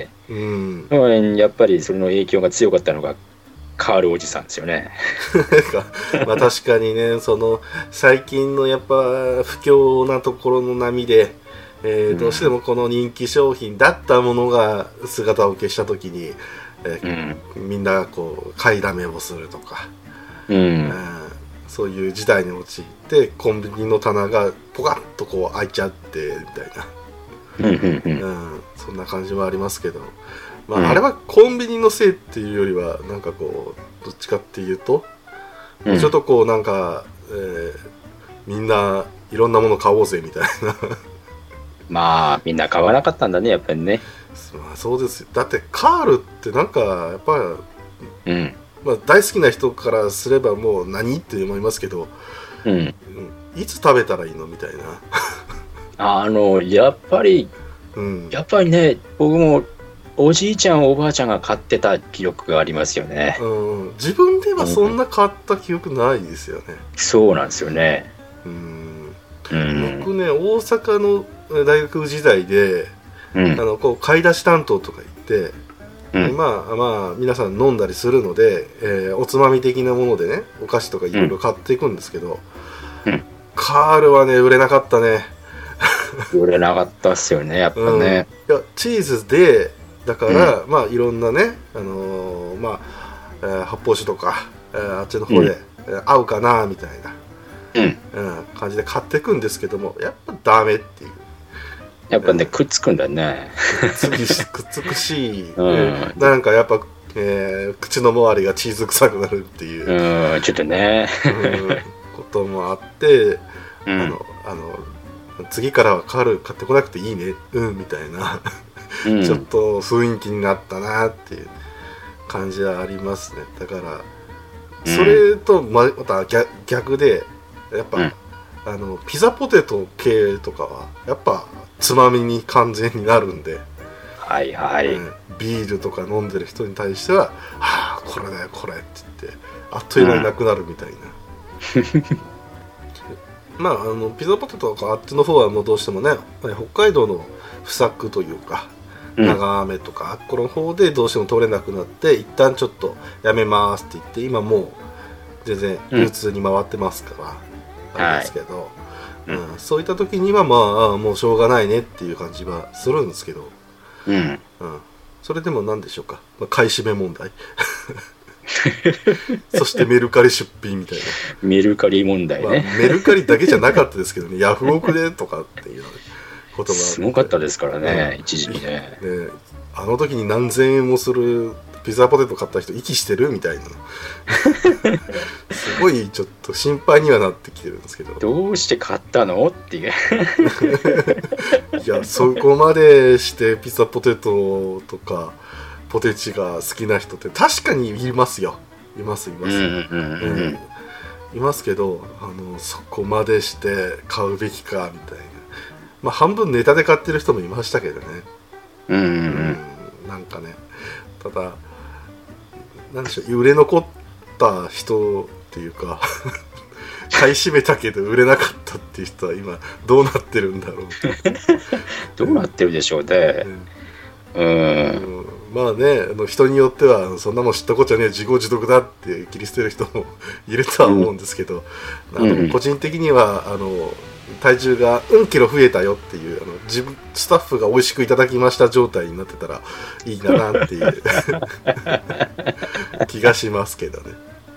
やっぱりそれの影響が強かったのがカールおじさんですよね。 確かにね、その最近のやっぱ不況なところの波で、どうしてもこの人気商品だったものが姿を消した時に、みんなこう買いだめをするとか、そういう時代に陥ってコンビニの棚がポカッとこう開いちゃってみたいな、そんな感じもありますけど、あれはコンビニのせいっていうよりはなんかこうどっちかっていうと、ちょっとこうなんか、みんないろんなもの買おうぜみたいなみんな買わなかったんだね、やっぱりね。 そうですよ。だってカールってなんかやっぱ大好きな人からすればもう何って思いますけど、いつ食べたらいいのみたいな。 やっぱりね、僕もおじいちゃんおばあちゃんが買ってた記憶がありますよね。 自分ではそんな買った記憶ないですよね。 そうなんですよね。 僕ね、大阪の大学時代で、こう買い出し担当とか行って、皆さん飲んだりするので、おつまみ的なものでね、お菓子とかいろいろ買っていくんですけど、カールはね売れなかったね。 売れなかったっすよね、やっぱね。 いやチーズでだから、いろんなね、発泡酒とか、あっちの方で、合うかなみたいな、感じで買っていくんですけども、やっぱダメっていう。 やっぱね、くっつくんだね。 くっつくし、なんかやっぱ、口の周りがチーズ臭くなるっていう、 ちょっとね、 こともあって、次からはカール買ってこなくていいね、みたいな、ちょっと雰囲気になったなっていう感じはありますね。だからそれとまた逆で、やっぱ、ピザポテト系とかはやっぱつまみに完全になるんで、ビールとか飲んでる人に対してはこれだよこれって言ってあっという間になくなるみたいな、ピザポテトとかあっちの方はもうどうしてもね、北海道の不作というか長雨とか、あっこの方でどうしても取れなくなって一旦ちょっとやめますって言って、今もう全然流通に回ってますから、あれですけど、そういった時にはもうしょうがないねっていう感じはするんですけど、それでも何でしょうか、買い占め問題そしてメルカリ出品みたいなメルカリ問題ね、 メルカリだけじゃなかったですけどね、ヤフオクでとかっていうことがすごかったですからね、一時期ね。 あの時に何千円もするピザポテト買った人息してるみたいなすごいちょっと心配にはなってきてるんですけど、 どうして買ったのっていういや、そこまでしてピザポテトとかポテチが好きな人って確かにいますよ。います、 いますけど、そこまでして買うべきかみたいな、まあ半分ネタで買ってる人もいましたけどね。なんかね、ただなんでしょう、売れ残った人っていうか買い占めたけど売れなかったっていう人は今どうなってるんだろうどうなってるでしょうね。 まあね、人によってはそんなもん知ったことじゃねえ、自業自得だって切り捨てる人もいるとは思うんですけど、個人的には体重がキロ増えたよっていうスタッフが美味しくいただきました状態になってたらいいなっていう気がしますけどね。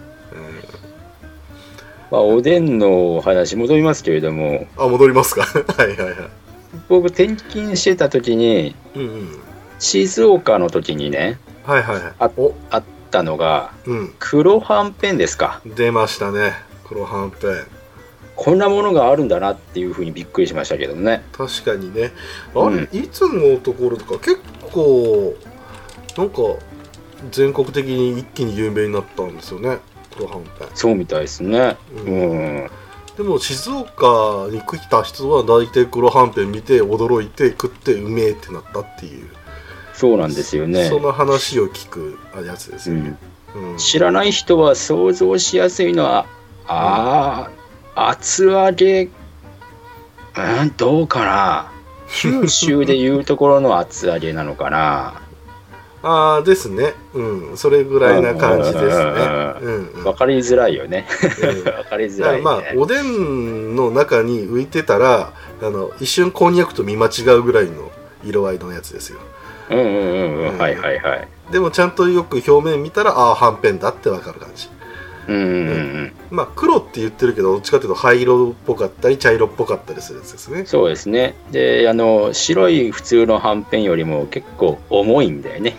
まあ、おでんの話戻りますけれども。 戻りますかはいはいはい。 僕転勤してた時に、静岡の時にね、あったのが、黒はんぺんですか。 出ましたね、黒はんぺん。 こんなものがあるんだなっていうふうにびっくりしましたけどね。 確かにね。いつのところとか結構なんか全国的に一気に有名になったんですよね、黒はんぺん。 そうみたいですね。 でも静岡に来た人は大体黒はんぺん見て驚いて食ってうめえってなったっていう。 そうなんですよね。 その話を聞くやつですよね。 知らない人は想像しやすいのは、厚揚げ、どうかな。九州でいうところの厚揚げなのかな。 ですね。それぐらいな感じですね。 わかりづらいよね。わかりづらいね。 まあおでんの中に浮いてたら一瞬こんにゃくと見間違うぐらいの色合いのやつですよ。 はいはいはい。 でもちゃんとよく表面見たらはんぺんだってわかる感じ。まあ黒って言ってるけどどっちかというと灰色っぽかったり茶色っぽかったりするやつですね。 そうですね。で白い普通のはんぺんよりも結構重いんだよね。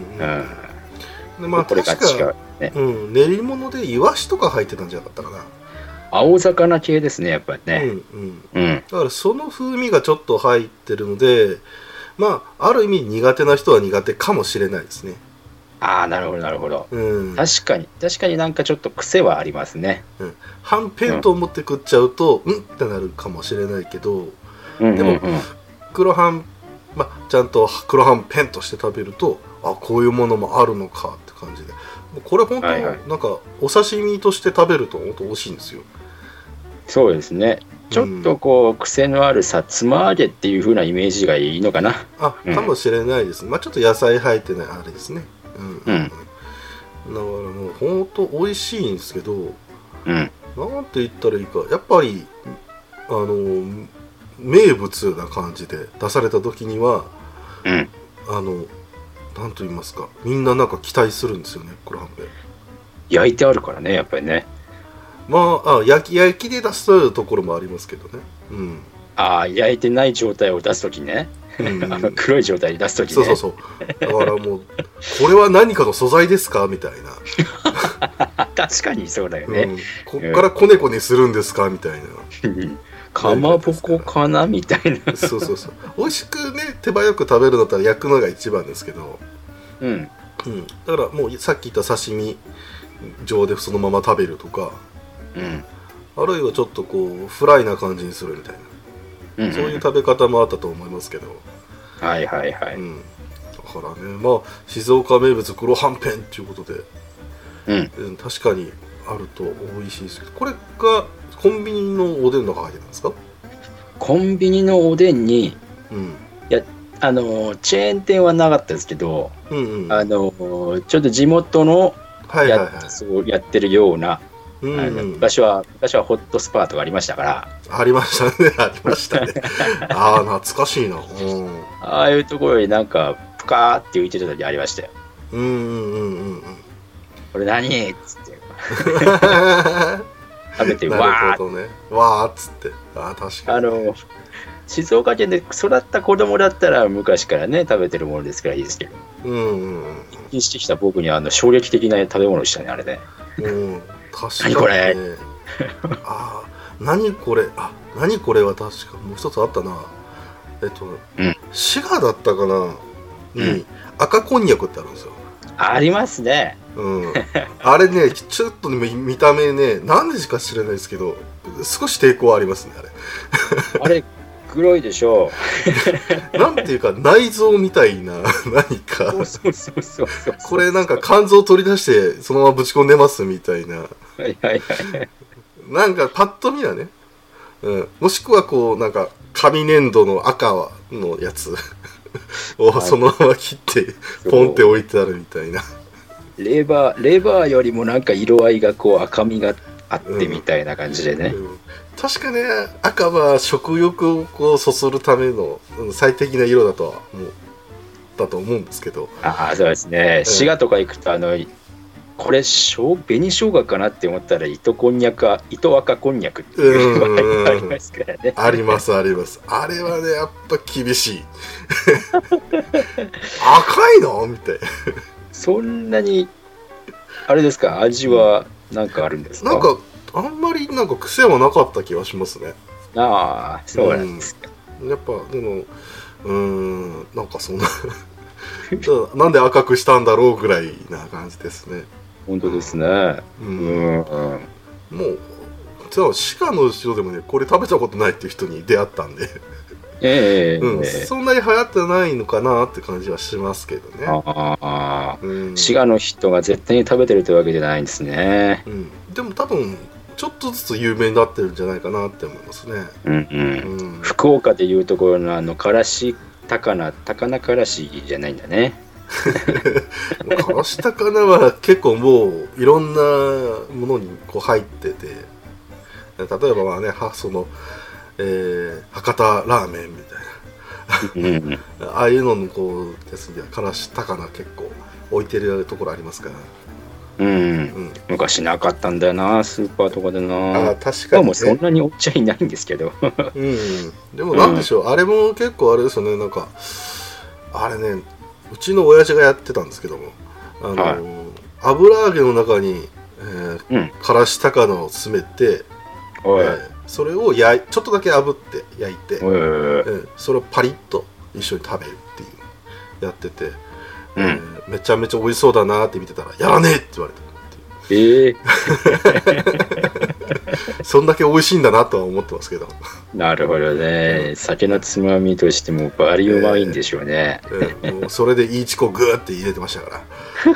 まあ確か練り物でイワシとか入ってたんじゃなかったかな。 青魚系ですねやっぱりね。 だからその風味がちょっと入ってるので、まあある意味苦手な人は苦手かもしれないですね。 なるほどなるほど。確かになんかちょっと癖はありますね。 はんぺんと思って食っちゃうとってなるかもしれないけど、でも黒はん、ちゃんと黒はんぺんとして食べるとこういうものもあるのかって感じで、これ本当なんかお刺身として食べると本当美味しいんですよ。 そうですね。ちょっとこう癖のあるさつま揚げっていう風なイメージがいいのかな。 かもしれないですね。ちょっと野菜入ってないあれですね。だからもう本当美味しいんですけど、なんて言ったらいいか、やっぱり名物な感じで出された時には、なんと言いますか、みんななんか期待するんですよね、黒はんぺん。 焼いてあるからねやっぱりね。 焼きで出すところもありますけどね。 焼いてない状態を出す時ね。黒い状態で出す時ね。 そうだからもうこれは何かの素材ですかみたいな。確かにそうだよね。 こっからコネコネするんですかみたいな。 かまぼこかなみたいな。 そう美味しくね手早く食べるんだったら焼くのが一番ですけど、だからもうさっき言った刺身上でそのまま食べるとか、あるいはちょっとこうフライな感じにするみたいな、そういう食べ方もあったと思いますけど。だからね、静岡名物黒はんぺんっていうことで、確かにあると美味しいですけど、これがコンビニのおでんの中入ってるんですか？ コンビニのおでんに、チェーン店はなかったですけど、ちょっと地元のそうやってるような、昔はホットスパートがありましたから。 ありましたね懐かしいな。 ああいうところになんかプカーって浮いてた時ありましたよ。これ何っつって食べてわーっつって。確かに静岡県で育った子供だったら昔からね食べてるものですからいいですけど、一気してきた僕には衝撃的な食べ物でしたねあれね。 確かに、 何これ何これ何これは確かもう一つあったな。滋賀だったかなに、赤こんにゃくってあるんですよ。 ありますね。 あれねちょっとね見た目ねなんでか知らないですけど少し抵抗ありますねあれ黒いでしょなんていうか内臓みたいな何かそうこれなんか肝臓取り出してそのままぶち込んでますみたいななんかパッと見はね、もしくはこうなんか紙粘土の赤のやつをそのまま切ってポンって置いてあるみたいなレバーよりもなんか色合いがこう赤みがあってみたいな感じでね、 確かね赤は食欲をこうそそるための最適な色だと思うんですけど、 そうですね、滋賀とか行くとこれ紅生姜かなって思ったら糸赤こんにゃくっていうありますからね。 ありますあれはねやっぱ厳しい赤いのみたいなそんなにあれですか、味はなんかあるんですか？ なんかあんまりなんか癖はなかった気がしますね。 そうなんですか。 やっぱでもなんかそんななんで赤くしたんだろうぐらいな感じですね。 本当ですね。 もう滋賀の人でもねこれ食べたことないっていう人に出会ったんでそんなに流行ってないのかなって感じはしますけどね。 滋賀の人が絶対に食べてるというわけじゃないんですね。 でも多分ちょっとずつ有名になってるんじゃないかなって思いますね。 福岡でいうところのからし高菜からしじゃないんだね。 からし高菜は結構もういろんなものにこう入ってて、例えばね博多ラーメンみたいなああいうののこうですねからし高菜結構置いてるところありますから。 昔なかったんだよなスーパーとかでな。 確かに、ね、 もうそんなに置っちゃいないんですけどでもなんでしょう、あれも結構あれですよね、なんかあれねうちの親父がやってたんですけども油揚げの中に、からし高菜を詰めて、それをちょっとだけ炙って焼いて、それをパリッと一緒に食べるっていうやってて、めちゃめちゃ美味しそうだなって見てたらやらねえって言われたそんだけ美味しいんだなとは思ってますけど。 なるほどね、酒のつまみとしてもバリうまいんでしょうね。 もうそれでいいチコグーって入れてましたから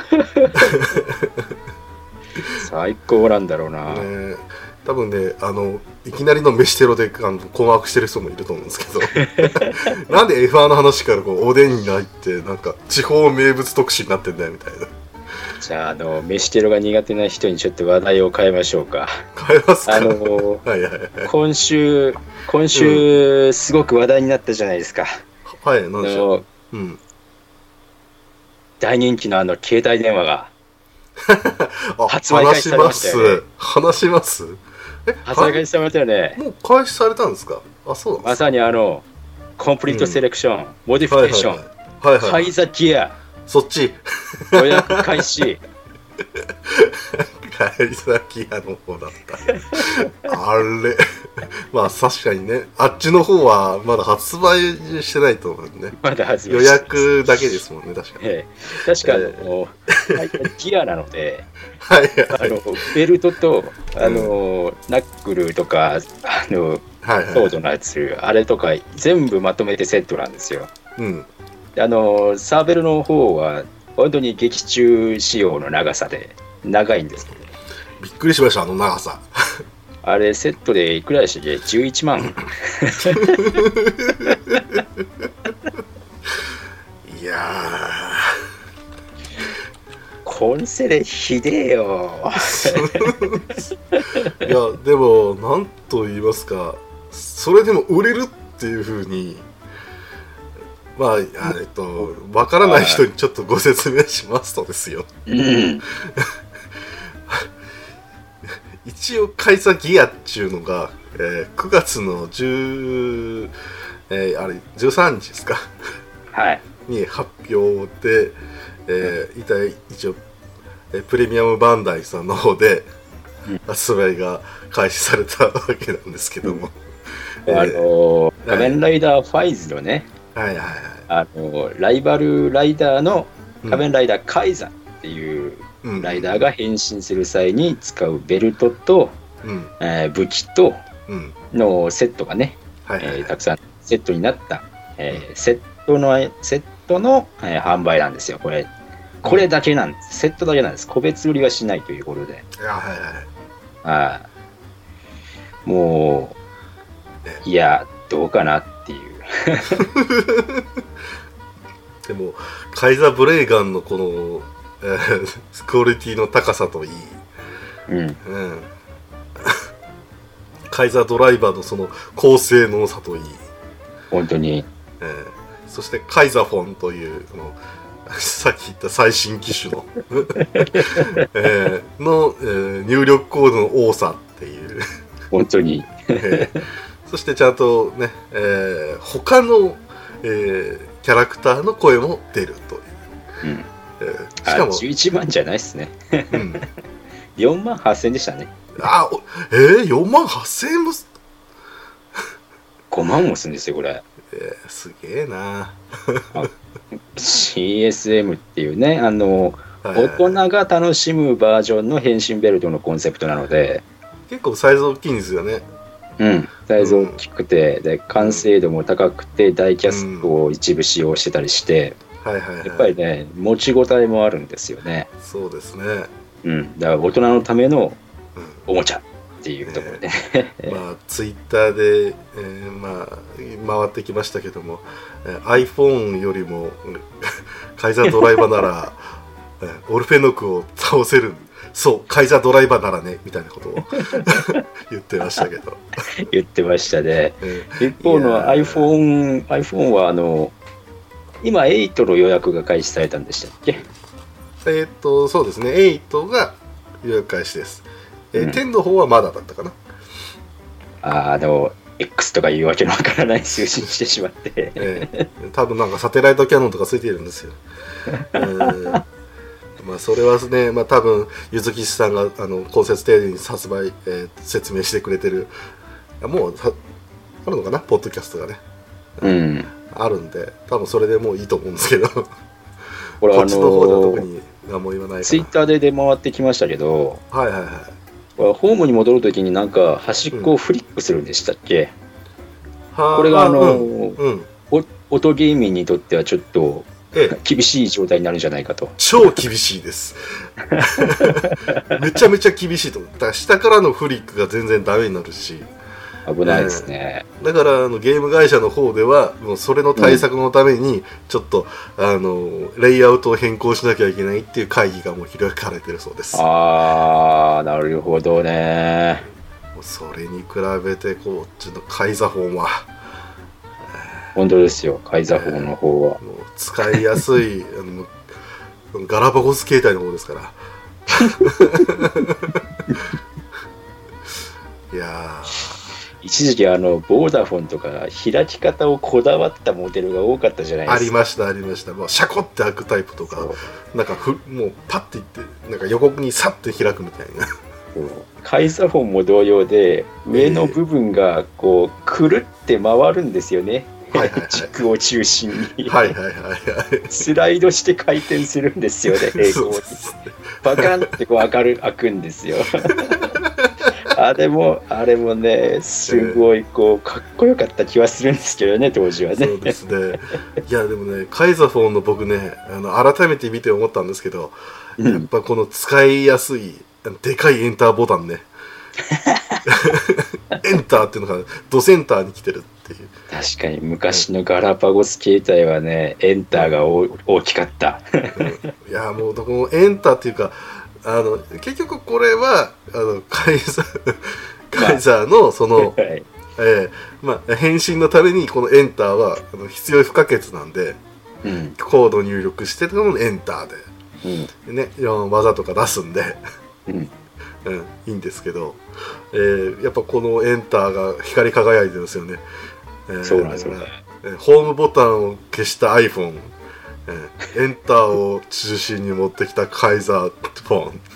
最高なんだろうな、 多分ねいきなりの飯テロで困惑してる人もいると思うんですけどなんで F1 の話からこうおでんに入ってなんか地方名物特集になってんだよみたいな。 じゃあ飯テロが苦手な人にちょっと話題を変えましょうか。 変えますか。 今週すごく話題になったじゃないですか。 何でしょう。 大人気の携帯電話が発売開始されましたよね。 話します発売開始されましたよね。 もう開始されたんですか。そうなんです。 まさにコンプリートセレクション、モディフィケーション、ハイザギア、 そっち予約開始ハイザギアの方だったあれまあ確かにね、あっちの方はまだ発売してないと思うんでね。 まだ発売予約だけですもんね。確かに、 確かハイザギアなのでベルトとナックルとかソードのやつ、あれとか全部まとめてセットなんですよ。サーベルの方は本当に劇中仕様の長さで長いんですけど、 びっくりしました、長さあれセットでいくらでしたっけ。11万いやコンセレひでえよいやでもなんと言いますか、それでも売れるっていう風にわからない人にちょっとご説明しますとですよ、一応カイザギアっていうのが、9月の13日ですかに発表で、一応プレミアムバンダイさんの方で発売が開始されたわけなんですけども、 仮面ライダーファイズのね、ライバルライダーの仮面ライダーカイザっていうライダーが変身する際に使うベルトと、武器とのセットがね、たくさんセットになった、セットの、販売なんですよ。これだけなんです。セットだけなんです。個別売りはしないということで。もう、いや、どうかなっていう。 でもカイザーブレイガンのこの、クオリティの高さといい、カイザードライバーのその高性能さといい、 本当に、 そしてカイザフォンというさっき言った最新機種の、入力コードの多さっていう本当に、 そしてちゃんとね、他の、キャラクターの声も出るという、 しかも11万じゃないですね、4万8000円でしたね。 4万8000円も 5万もするんですよこれ、 すげえな。 CSM っていうね、大人が楽しむバージョンの変身ベルトのコンセプトなので、 結構サイズ大きいんですよね。 サイズ大きくて、で完成度も高くて、ダイキャストを一部使用してたりして、やっぱりね、持ち応えもあるんですよね。 そうですね。 だから大人のためのおもちゃっていうところで、 ツイッターで、回ってきましたけども、iPhone よりもカイザードライバーならオルフェノクを倒せる、そうカイザードライバーならねみたいなことを言ってましたけど言ってましたね。一方の iPhone は今8の予約が開始されたんでしたっけ。 そうですね、8が予約開始です。10の方はまだだったかな。 でも X とかいうわけのわからない数字にしてしまって、 多分なんかサテライトキャノンとかついてるんですよ。それはね、多分ゆずきしさんが公設定に発売、説明してくれてる、もうあるのかな、ポッドキャストがね、あるんで、多分それでもういいと思うんですけど、こっちの方では特に何も言わないかな。 ツイッターで出回ってきましたけど、ホームに戻るときになんか端っこをフリックするんでしたっけ。これが音ゲーミンにとってはちょっと厳しい状態になるんじゃないかと。 超厳しいですめちゃめちゃ厳しいと思う。だから下からのフリックが全然ダメになるし、 危ないですね。 だからゲーム会社の方ではもうそれの対策のためにちょっと、レイアウトを変更しなきゃいけないっていう会議がもう開かれてるそうです。 なるほどね。 それに比べてこっちのカイザフォンは本当ですよ。カイザフォンの方は、 もう使いやすいガラパゴス携帯の方ですからいや一時期ボーダフォンとか開き方をこだわったモデルが多かったじゃないですか。 ありました。もうシャコって開くタイプとか、なんかもうパッていってなんか横にサッて開くみたいなカイザフォンも同様で、上の部分がこうくるって回るんですよね。軸を中心にスライドして回転するんですよね。平行にバカンってこう開くんですよあれもね、すごいこうかっこよかった気はするんですけどね、当時はね。 そうですね。いやでもね、カイザフォンの僕ね、改めて見て思ったんですけど、やっぱこの使いやすいでかいエンターボタンねエンターっていうのがドセンターに来てるっていう。 確かに昔のガラパゴス携帯はね、エンターが大きかったいやもうこのエンターっていうか、結局これはカイザーのその、変身のためにこのエンターは必要不可欠なんで、コード入力してるのもエンターで、ね、技とか出すんでいいんですけど、やっぱこのエンターが光り輝いてるんですよね。 そうなんですよね。 ホームボタンを消した iPhone、エンターを中心に持ってきたカイザーフォン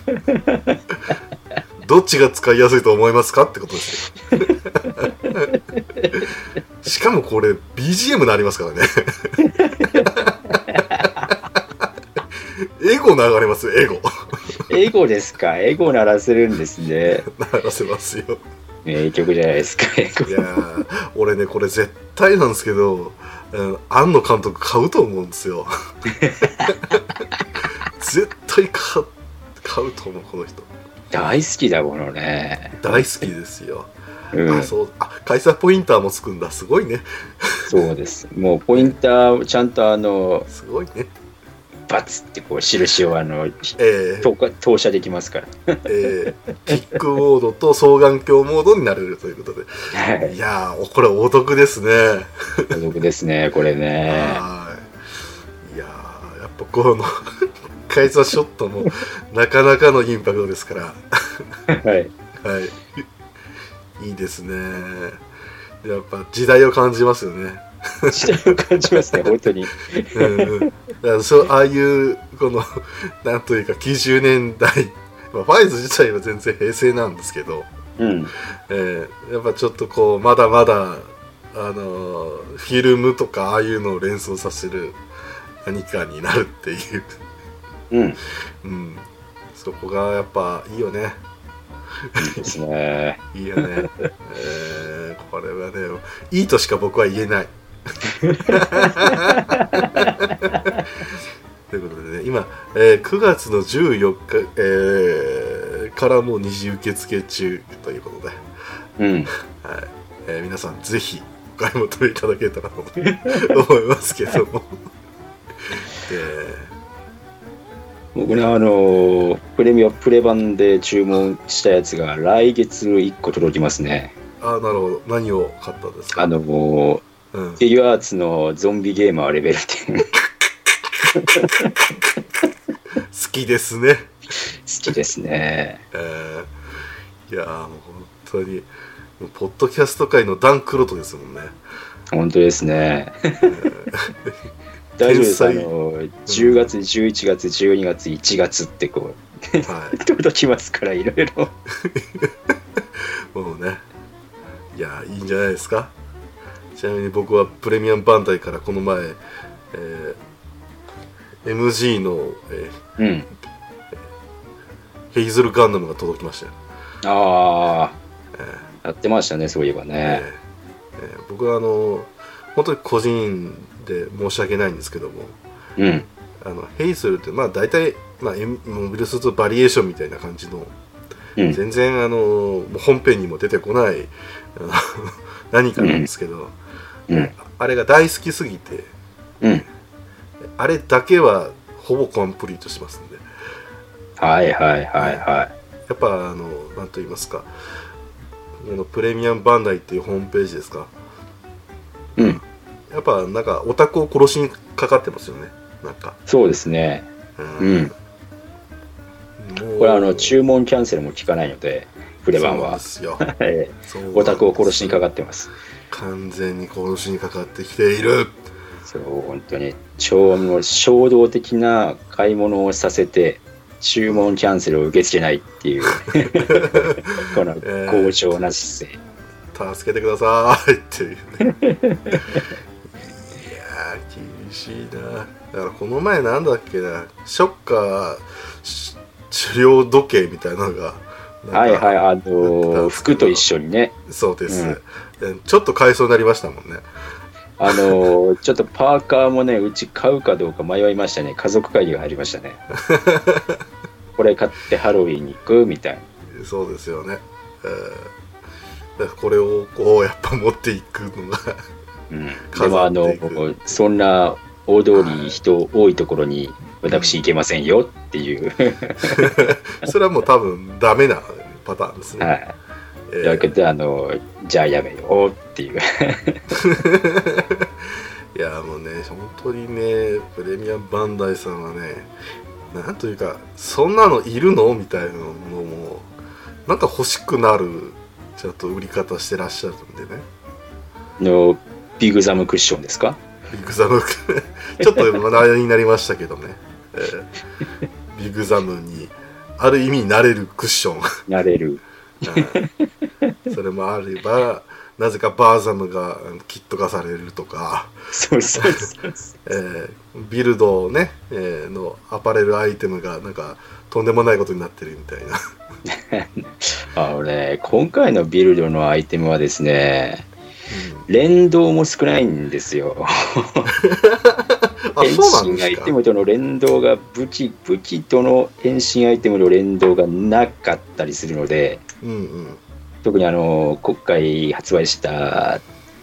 どっちが使いやすいと思いますかってことですよしかもこれ BGM になりますからねエゴ流れますよ、エゴエゴですか。エゴ鳴らせるんですね。 鳴らせますよ。 名曲じゃないですか。エゴ。 いや俺ねこれ絶対なんですけど、庵野監督買うと思うんですよ。絶対買うと思うこの人。 大好きだものね。 大好きですよ。 そうカイサーポインターもつくんだ。すごいね。 そうです。もうポインターちゃんとすごいね。 バツってこう印を投射できますから。 キックモードと双眼鏡モードになれるということで。はい、いやーこれお得ですね。 お得ですねこれね。 いやーやっぱこのカイサーショットもなかなかのインパクトですから。 はい。 はい。いいですね。やっぱ時代を感じますよね。 時代を感じますね本当に。 だからああいうこのなんというか90年代、ファイズ自体は全然平成なんですけど、やっぱちょっとこうまだまだフィルムとかああいうのを連想させる何かになるっていう、そこがやっぱいいよね。 いいですね。 いいよね。これはねいいとしか僕は言えない。ということでね今、9月の14日、からもう二次受付中ということで、はい皆さんぜひお買い求めいただけたらと思いますけども。 僕ねプレ版で注文したやつが来月1個届きますね。 なるほど。何を買ったんですか？ フィギュアーツのゾンビゲーマーレベル10。 好きですね。好きですね。 いやもう本当にポッドキャスト界のダン・クロトですもんね。 本当ですね。大丈夫です。10月、11月、12月、1月ってこう、届きますから、いろいろ。 もうね、いや、いいんじゃないですか。ちなみに僕はプレミアムバンダイからこの前、MG の、ヘイズルガンダムが届きましたよ。 やってましたね、そういえばね。 僕は本当に個人で申し訳ないんですけども、ヘイズルって大体、モビルスーツバリエーションみたいな感じの、全然本編にも出てこない何かなんですけど、あれが大好きすぎて、あれだけはほぼコンプリートしますんで、やっぱなんと言いますか、このプレミアムバンダイっていうホームページですか、やっぱなんかオタクを殺しにかかってますよね。なんかそうですね。これ注文キャンセルも効かないので、プレ版はオタクを殺しにかかってます。 完全に殺しにかかってきている。 そう本当に衝動的な買い物をさせて注文キャンセルを受け付けないっていうこの強情な姿勢、助けてくださいっていうね。いや厳しいな。だからこの前なんだっけな、ショッカー狩猟時計みたいなのが服と一緒にね。 そうです、ちょっと買いそうになりましたもんね。 ちょっとパーカーもね、うち買うかどうか迷いましたね。家族会議が入りましたね。これ買ってハロウィンに行くみたいな。 そうですよね。これをこうやっぱ持っていくのが、 でもそんな大通り人多いところに私行けませんよっていうそれはもう多分ダメなパターンですね。 だけどじゃあやめようっていういやもうね本当にねプレミアムバンダイさんはね、なんというかそんなのいるのみたいなのもなんか欲しくなるちょっと売り方してらっしゃるんでね。 ビグザムクッションですか？ ビグザムちょっと話題になりましたけどね、ビグザムにある意味なれるクッションなれるそれもあればなぜかバーザムがキット化されるとかそうそうそうビルド、ねのアパレルアイテムがなんかとんでもないことになってるみたいな今回のビルドのアイテムはですね、連動も少ないんですよ変身アイテムとの連動が武器との変身アイテムの連動がなかったりするので、特に今回発売した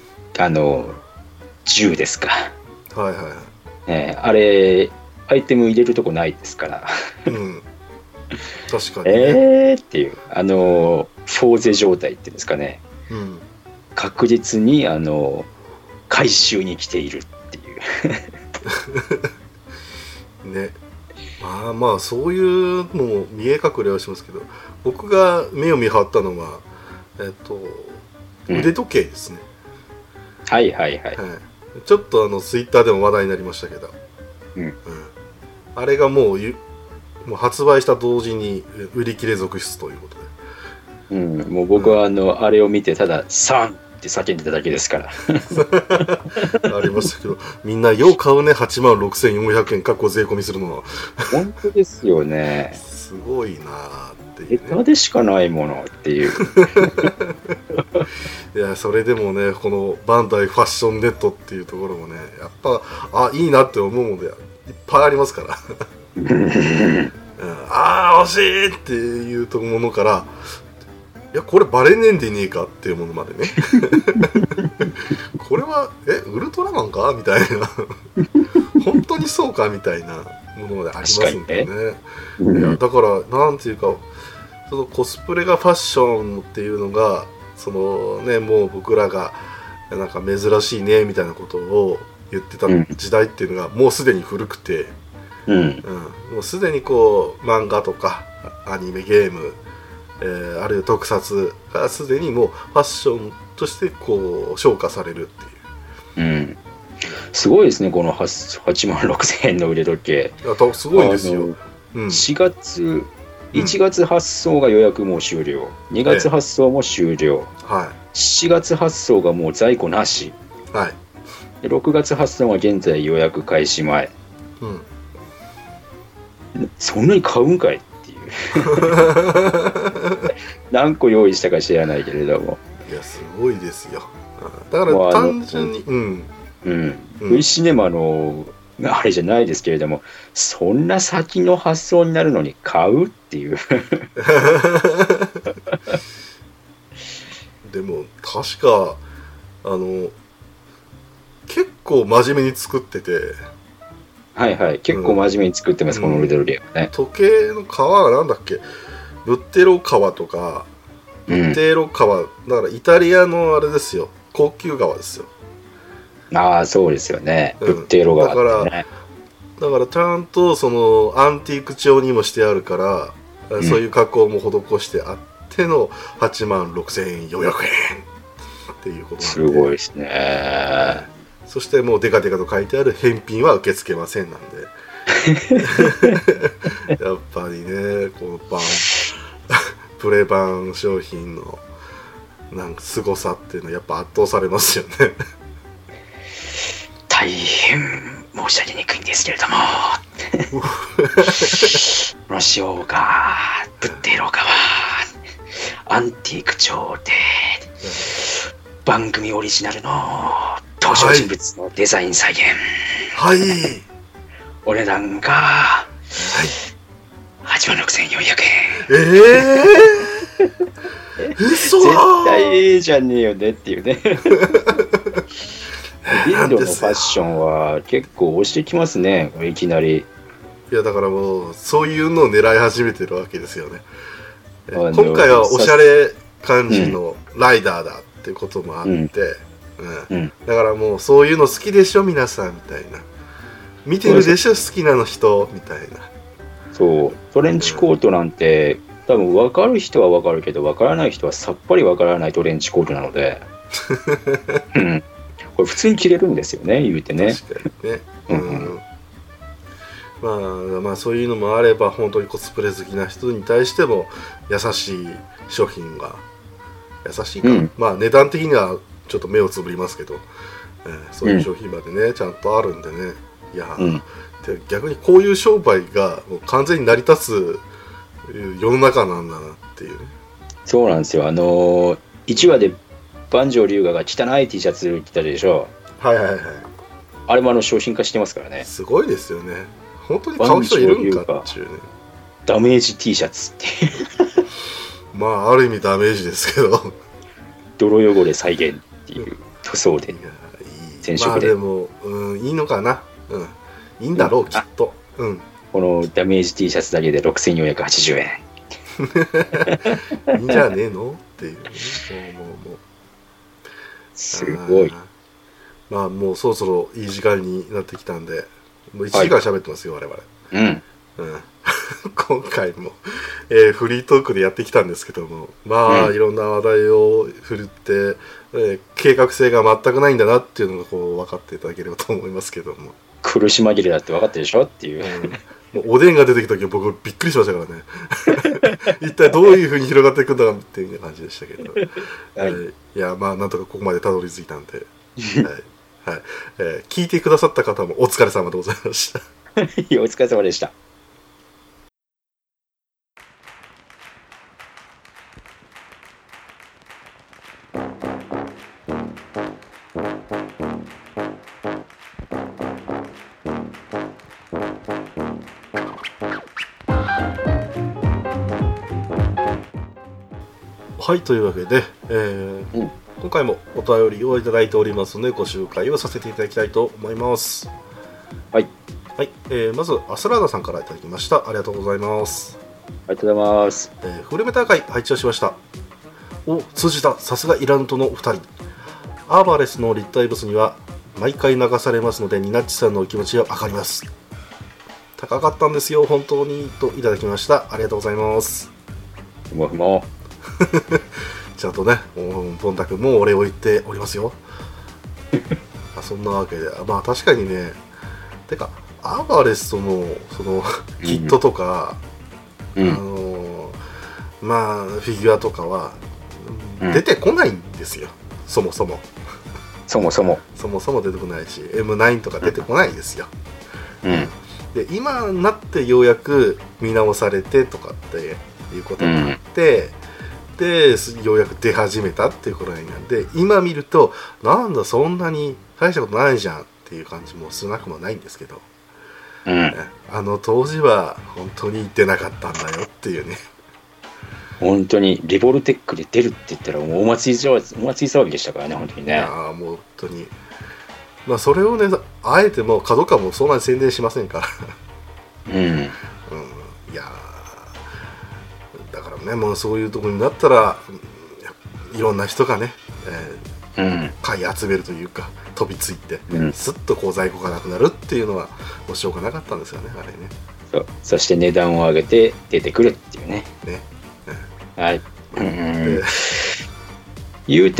銃ですか、あれアイテム入れるとこないですから、 確かにねっていうフォーゼ状態っていうんですかね、確実に回収に来ているっていうね。まあそういうのも見え隠れはしますけど、僕が目を見張ったのは腕時計ですね、はいちょっとツイッターでも話題になりましたけど、あれがもう発売した同時に売り切れ続出ということで、 もう僕はあれを見てただ3って叫んでただけですからありましたけど、みんなよう買うね。86,400円かっこ税込みするのは本当ですよねすごいなっていう、 下手でしかないものっていういやそれでもね、このバンダイファッションネットっていうところもね、やっぱいいなって思うのでいっぱいありますから惜しいっていうものから、いやこれバレねえんでねえかっていうものまでねこれはウルトラマンかみたいな本当にそうかみたいなものまでありますんでね。いやだからなんていうか、そのコスプレがファッションっていうのがもう僕らがなんか珍しいねみたいなことを言ってた時代っていうのがもうすでに古くて、もうすでに漫画とかアニメゲーム、あるいは特撮がすでにもうファッションとして昇華されるっていう、 すごいですね、この86,000円の腕時計。 すごいですよ。 1月発送が予約もう終了、2月発送も終了、7月発送がもう在庫なし、で6月発送が現在予約開始前、そんなに買うんかいっていう何個用意したか知らないけれども、 いやすごいですよ。だから単純に V シネマのあれじゃないですけれども、そんな先の発想になるのに買うっていうでも確か結構真面目に作ってて、 結構真面目に作ってます、この腕時計はね。 時計の革はなんだっけ、ブッテロ革とか、ブッテロ革、だからイタリアのあれですよ、高級革ですよ。 そうですよね、ブッテロ革ってね。 だからちゃんとアンティーク調にもしてあるから、そういう加工も施してあっての86,400円っていうことなんで、 すごいですね。 そしてもうデカデカと書いてある返品は受け付けませんなんでやっぱりね、このプレ版商品のなんか凄さっていうのはやっぱ圧倒されますよね大変申し上げにくいんですけれどももしようがブッテロ革アンティーク調で番組オリジナルの登場人物のデザイン再現、お値段が、86,400円。 嘘絶対じゃねえよねっていうねビルドのファッションは結構押してきますね、いきなり。 いやだからもうそういうのを狙い始めてるわけですよね。今回はおしゃれ感じのライダーだっていうこともあって、だからもうそういうの好きでしょ皆さんみたいな、見てるでしょ好きなの人みたいな。 そうトレンチコートなんて、多分分かる人は分かるけど分からない人はさっぱり分からないトレンチコートなのでこれ普通に着れるんですよね、言うてね。 確かにね、まあそういうのもあれば、本当にコスプレ好きな人に対しても優しい商品が優しいから、まあ値段的にはちょっと目をつぶりますけど、そういう商品までね、ちゃんとあるんでね。いや、で逆にこういう商売がもう完全に成り立つ世の中なんだなっていうね。 そうなんですよ。1話で万丈龍河が汚い T シャツ着たでしょ。 はいはいはい。 あれも商品化してますからね。 すごいですよね。本当に買う人いるんかっていうね。 ダメージ T シャツってまあある意味ダメージですけど泥汚れ再現っていう塗装で染色で、まあでも、いいのかな、いいんだろう、きっと、 このダメージ T シャツだけで6480円いいんじゃねえのっていう、もうすごい。 まあもうそろそろいい時間になってきたんで、もう1時間喋ってますよ、我々。今回も、フリートークでやってきたんですけども、まあ、いろんな話題を振るって、計画性が全くないんだなっていうのがこう分かっていただければと思いますけども。 苦し紛れだって分かってるでしょっていう、 もうおでんが出てきた時僕びっくりしましたからね一体どういう風に広がっていくんだっていう感じでしたけど、いやまあなんとかここまでたどり着いたんで、聞いてくださった方もお疲れ様でございましたお疲れ様でした。 はい、というわけで、今回もお便りをいただいておりますのでご紹介をさせていただきたいと思います。はい、まずアスラーダさんからいただきました。ありがとうございます。 ありがとうございます。 フルメタ会配置をしました。お、通じた。さすがイラントのお二人。アーバレスの立体物には毎回流されますのでニナッチさんのお気持ちは分かります。高かったんですよ本当にといただきました。ありがとうございます。ちゃんとね、ポンタ君もお礼を言っておりますよそんなわけで、まあ確かにね、てかアーバレストのそのキットとか、まあフィギュアとかは、出てこないんですよ。そもそも出てこないし M9 とか出てこないですよ。で今になってようやく見直されてとかっていうことがあって、でようやく出始めたっていうことなんで、今見るとなんだそんなに大したことないじゃんっていう感じも少なくもないんですけど、当時は本当に言ってなかったんだよっていうね。 本当にリボルテックで出るって言ったらもうお祭り騒ぎでしたからね、本当にね。 いやもう本当に、まあそれをね、あえてもう角川もそんなに宣伝しませんからいやだからね、もうそういうところになったらいろんな人がね、買い集めるというか飛びついて、すっとこう在庫がなくなるっていうのはもうしょうがなかったんですよね、あれね。 そして値段を上げて出てくるっていうね。はい。言うて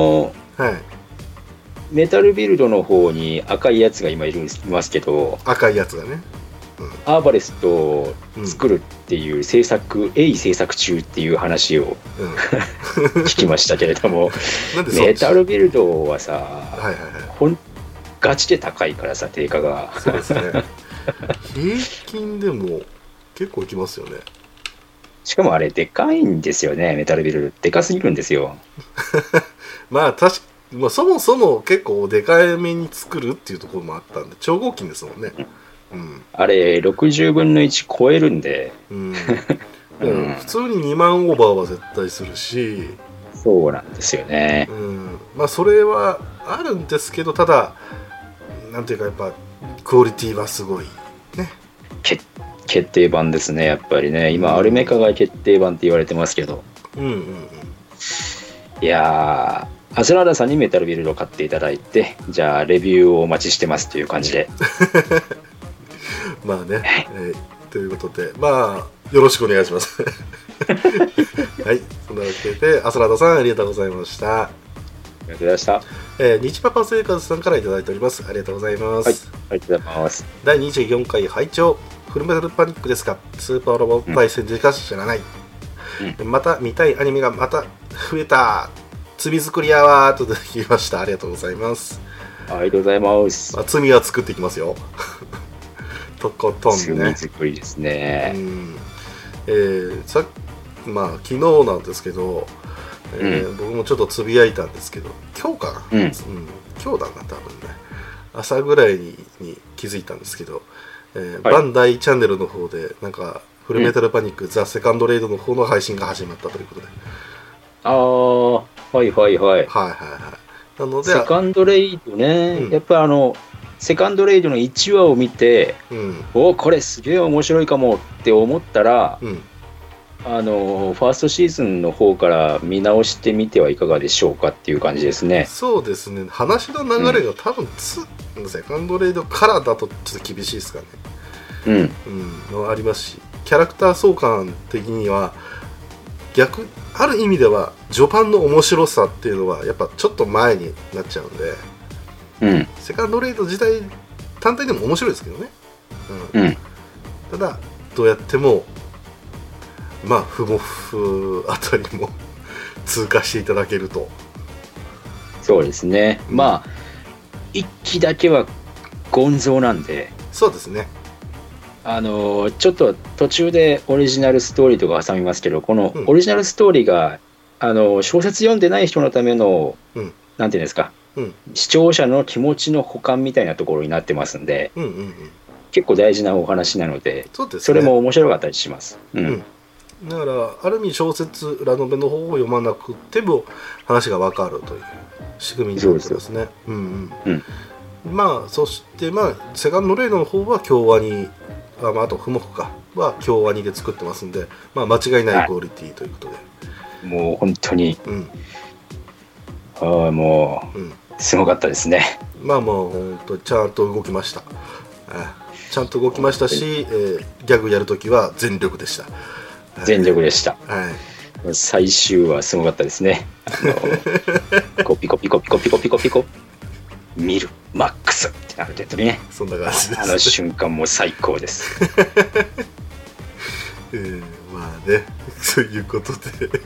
メタルビルドの方に赤いやつが今いますけど、 赤いやつがね、 アーバレストを作るっていう制作中っていう話を、聞きましたけれどもメタルビルドはさ、ガチで高いからさ、定価が。 そうですね平均でも結構いきますよね。 しかもあれでかいんですよね、メタルビルドでかすぎるんですよまあそもそも結構でかいめに作るっていうところもあったんで超合金ですもんね。 あれ60分の1超えるんで、 普通に2万オーバーは絶対するし。 そうなんですよね。 まあそれはあるんですけど、ただなんていうかやっぱクオリティはすごいね。 決定版ですね、やっぱりね。今アルメカが決定版って言われてますけど、いやアスラーダさんにメタルビルドを買っていただいて、じゃあレビューをお待ちしてますという感じでまあね、ということで、まあよろしくお願いしますはい、そんなわけでアスラーダさんありがとうございました。 ありがとうございました。 日パパ生活さんからいただいております。ありがとうございます。 ありがとうございます。 第24回拝聴フルメタルパニックですか。スーパーロボ対戦でしか知らない。 また見たいアニメがまた増えた。罪作りアワーといただきました。ありがとうございます。 ありがとうございます。 罪は作っていきますよ。とことんね。 罪作りですね。 昨日なんですけど、僕もちょっとつぶやいたんですけど、今日かな、今日だな多分ね。朝ぐらいに気づいたんですけど、バンダイチャンネルの方でなんかフルメタルパニック、ザ・セカンドレイドの方の配信が始まったということで。 はいはいはい。 なのでセカンドレイドね、やっぱセカンドレイドの1話を見て、これすげえ面白いかもって思ったら、ファーストシーズンの方から見直してみてはいかがでしょうかっていう感じですね。 そうですね。話の流れが多分セカンドレイドからだとちょっと厳しいですかね。ありますし、キャラクター相関的にはある意味では序盤の面白さっていうのはやっぱちょっと前になっちゃうんで、セカンドレイド自体単体でも面白いですけどね。ただどうやってもフモフあたりも通過していただけると。 そうですね。一期だけはゴンゾーなんで。 そうですね。 ちょっと途中でオリジナルストーリーとか挟みますけど、このオリジナルストーリーが小説読んでない人のための、なんていうんですか、視聴者の気持ちの補完みたいなところになってますんで、結構大事なお話なので、それも面白かったりします。 だからある意味小説ラノベの方を読まなくても話が分かるという仕組みになってますね。そしてセカンドレイドの方は京アニ、あとフモフかは京アニで作ってますんで、間違いないクオリティということで、 もう本当に、もう、すごかったですね。 本当にちゃんと動きました。ちゃんと動きましたし、ギャグやるときは全力でした。 全力でした。最終はすごかったですね。コピコピコピコピコピコピコ見るマックスってなる程度にね。 そんな感じです。 瞬間も最高です。 そういうことで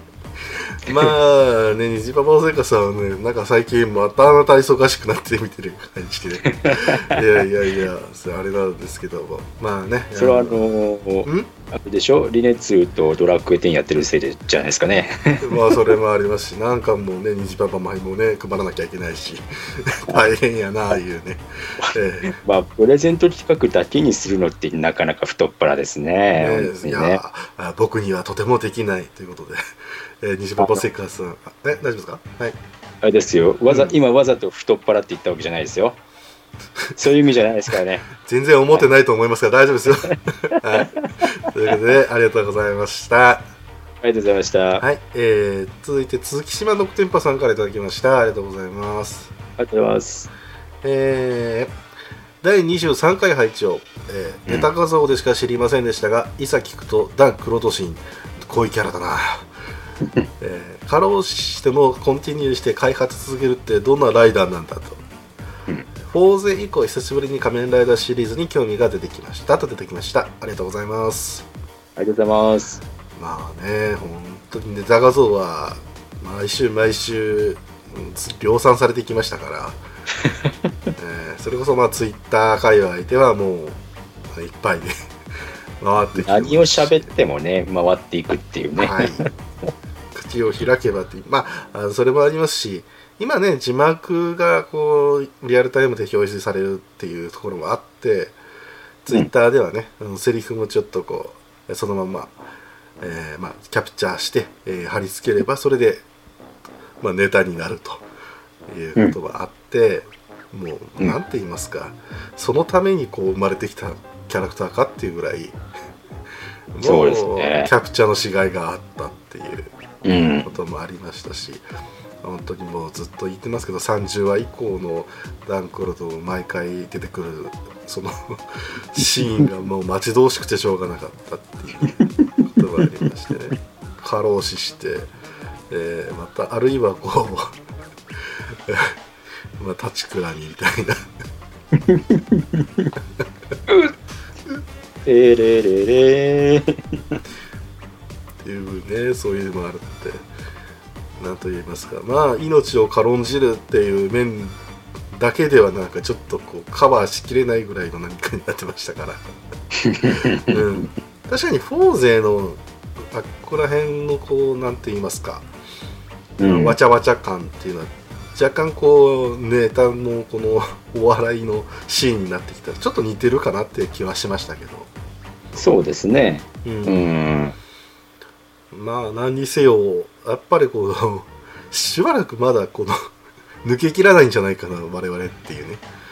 虹パパ生活さんはね、なんか最近また忙しくなって見てる感じで、いやそれあれなんですけども、 それはあれでしょ、リネツーとドラクエ10やってるせいでじゃないですかね。 それもありますし、なんかもうね、虹パパ前もね配らなきゃいけないし大変やなあいうね。 プレゼント企画だけにするのってなかなか太っ腹ですね。 僕にはとてもできないということで。虹パパセカさん、大丈夫ですか？はい。 あれですよ、今わざと太っ腹って言ったわけじゃないですよ。そういう意味じゃないですからね。 全然思ってないと思いますが大丈夫ですよ。はい。ということでありがとうございました。 ありがとうございました。 はい。続いて鈴木島のテンパさんからいただきました。ありがとうございます。 ありがとうございます。 第23回拝聴、ネタ画像でしか知りませんでしたが、いざ聞くとダン・クロトシン濃いキャラだな。過労死してもコンティニューして開発続けるってどんなライダーなんだと。フォーゼ以降久しぶりに仮面ライダーシリーズに興味が出てきました。ありがとうございます。 ありがとうございます。 本当にネタ画像は毎週量産されてきましたから、それこそツイッター界隈ではもういっぱいで回ってきて、 何を喋ってもね回っていくっていうね。 口を開けばっていう、それもありますし、今ね字幕がこうリアルタイムで表示されるっていうところもあって、ツイッターではね、セリフもちょっとこうそのまま、キャプチャーして、貼り付ければそれで、ネタになるということがあって、もうなんて言いますか、そのためにこう生まれてきたキャラクターかっていうぐらい、 そうですね、 キャプチャーのしがいがあったっていうこともありましたし、本当にもうずっと言ってますけど、30話以降のダンクロと毎回出てくるそのシーンがもう待ち遠しくてしょうがなかったっていうことがありましてね、過労死して、またあるいはこう立ちくらみみたいなレレレいうね、そういうのあるって、なんと言いますか、まあ命を軽んじるっていう面だけではなんかちょっとこうカバーしきれないぐらいの何かになってましたから、うん、確かにフォーゼのあっこら辺のこうなんて言いますか、わちゃわちゃ感っていうのは若干こうネタのこのお笑いのシーンになってきたらちょっと似てるかなっていう気はしましたけど。 そうですね、 まあ何にせよやっぱりこうしばらくまだこの抜けきらないんじゃないかな我々っていう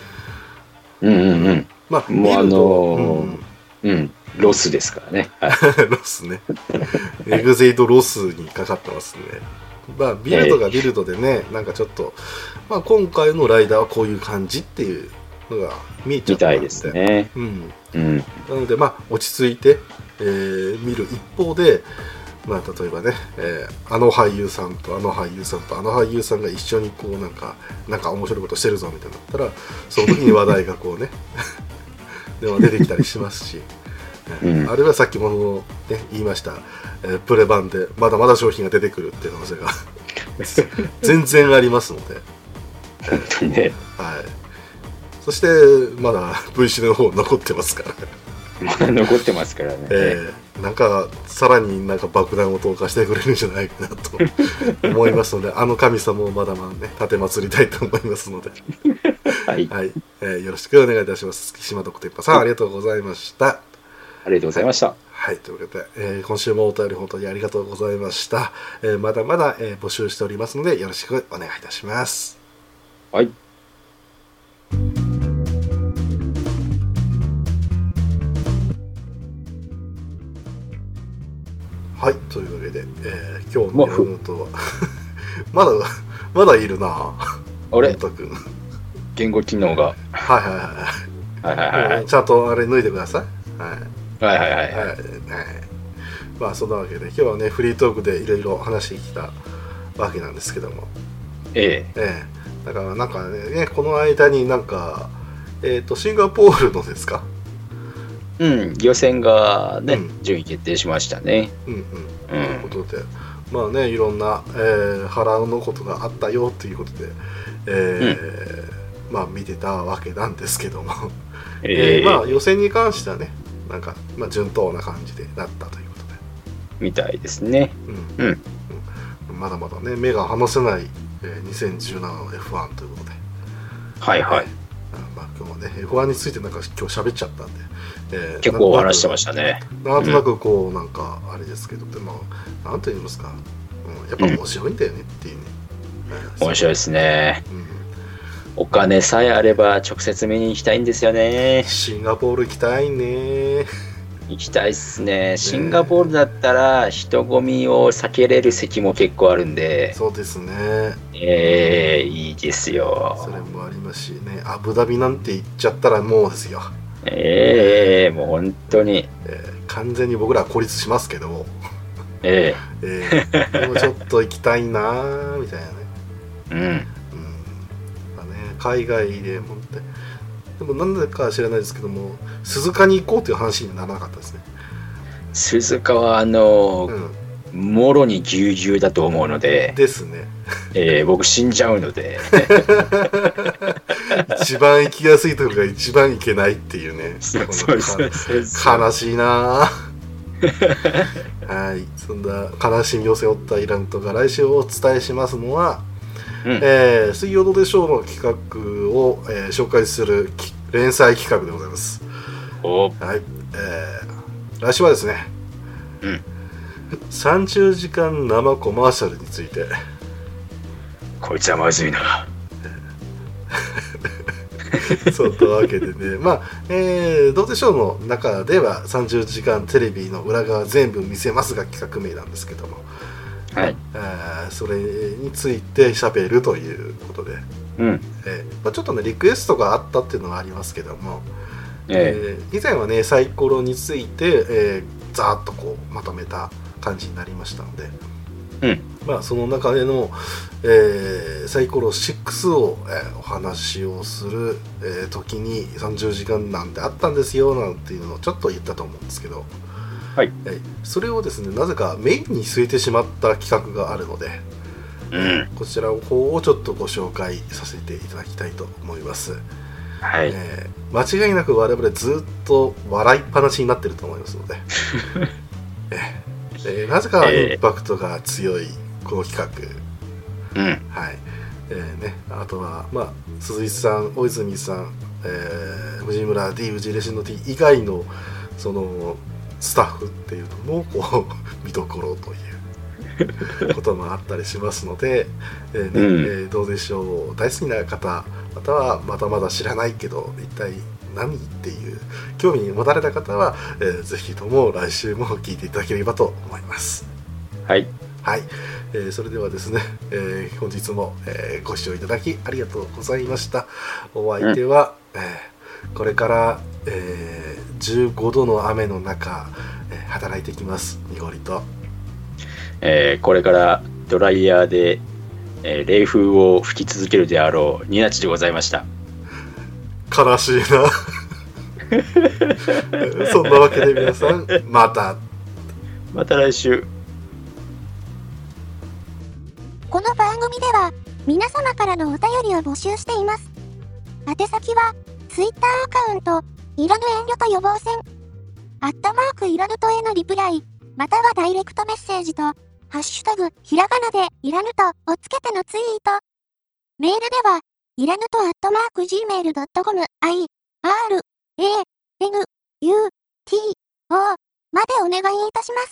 ね。 まあもうロスですからね。 ロスね。エグゼイドロスにかかってますね。まあビルドがビルドでね、なんかちょっと、まあ、今回のライダーはこういう感じっていうのが見えちゃったんで、 みたいですね。 なのでまあ落ち着いて、見る一方で、まあ例えばね、あの俳優さんとあの俳優さんとあの俳優さんが一緒にこうなんか面白いことしてるぞみたいになったら、その時に話題がこうねでも出てきたりしますし。あるいはさっきも、ね、言いました、プレ版でまだまだ商品が出てくるっていう可能性が全然ありますので、はい、そしてまだ V の方残ってますからまだ残ってますからね、 なんかさらになんか爆弾を投下してくれるんじゃないかなと思いますのであの神様をまだまだね立て祭りたいと思いますのではい、はいよろしくお願いいたします。月島ドクテッパさん、ありがとうございました。 ありがとうございました。 はい、というわけで、今週もお便り本当にありがとうございました。まだまだ、募集しておりますのでよろしくお願いいたします。 はい。 はい、というわけで、今日のやるのとはまだいるな。 あれ？ 太田君。 言語機能が。 はい。ちゃんとあれ脱いでください。はい。まあそんなわけで今日はねフリートークでいろいろ話してきたわけなんですけども、だからなんかねこの間になんかシンガポールのですか、 予選がね、順位決定しましたね。 ということでまあねいろんな、波乱のことがあったよということで、まあ見てたわけなんですけども、まあ予選に関してはねなんか、まあ、順当な感じでなったということでみたいですね。 まだまだね目が離せない、2017の F1 ということでまあ今日はね F1 についてなんか今日喋っちゃったんで、 結構話してましたね。 なんとなくこうなんかあれですけど、でもなんと言いますか、やっぱ面白いんだよねっていうね、 面白いですね。お金さえあれば直接見に行きたいんですよね。 シンガポール行きたいね。 行きたいっすね。シンガポールだったら人混みを避けれる席も結構あるんで。 そうですね。 いいですよ。 それもありますしね。アブダビなんて行っちゃったらもうですよ。 もう本当に、 完全に僕らは孤立しますけど。 でもちょっと行きたいなーみたいなね。海外でもってでもなんでか知らないですけども鈴鹿に行こうという話にならなかったですね。 鈴鹿はもろにぎゅうぎゅうだと思うのでですね、 僕死んじゃうので一番行きやすいところが一番行けないっていうね悲しいなはい、そんな悲しみを背負ったイランとが来週お伝えしますのは水曜どうでしょうの企画を、紹介する連載企画でございます。はい、来週はですね、30時間生コマーシャルについて。 こいつはまずいな。 そんなわけでね、まあ、どうでしょうの中では30時間テレビの裏側全部見せますが企画名なんですけども、それについて喋るということで、ちょっとねリクエストがあったっていうのはありますけども、以前はねサイコロについて、ざーっとこうまとめた感じになりましたので、まあその中での、サイコロ6を、お話をする、時に30時間なんてあったんですよなんていうのをちょっと言ったと思うんですけど、 はい、 それをですね、なぜかメインに据えてしまった企画があるので、こちらの方をちょっとご紹介させていただきたいと思います。 はい、 間違いなく我々ずっと笑いっぱなしになってると思いますので、なぜかインパクトが強いこの企画、はい、あとは、鈴井さん、大泉さん、藤村 D、藤レシノ D 以外のそのスタッフっていうのもこう見どころということもあったりしますので、どうでしょう、大好きな方、またはまだまだ知らないけど一体何っていう興味に持たれた方は、ぜひとも来週も聞いていただければと思います。 はい、 はい、それではですね、本日も、ご視聴いただきありがとうございました。お相手は、これから、15度の雨の中、働いていきますにごりと、 これからドライヤーで、冷風を吹き続けるであろうニナチでございました。 悲しいなそんなわけで皆さんまた来週。 この番組では皆様からのお便りを募集しています。宛先は Twitter アカウントいらぬ遠慮と予防線@いらぬとへのリプライ、またはダイレクトメッセージとハッシュタグひらがなでいらぬとをつけてのツイート。メールではいらぬと@gmail.com IRANUTO までお願いいたします。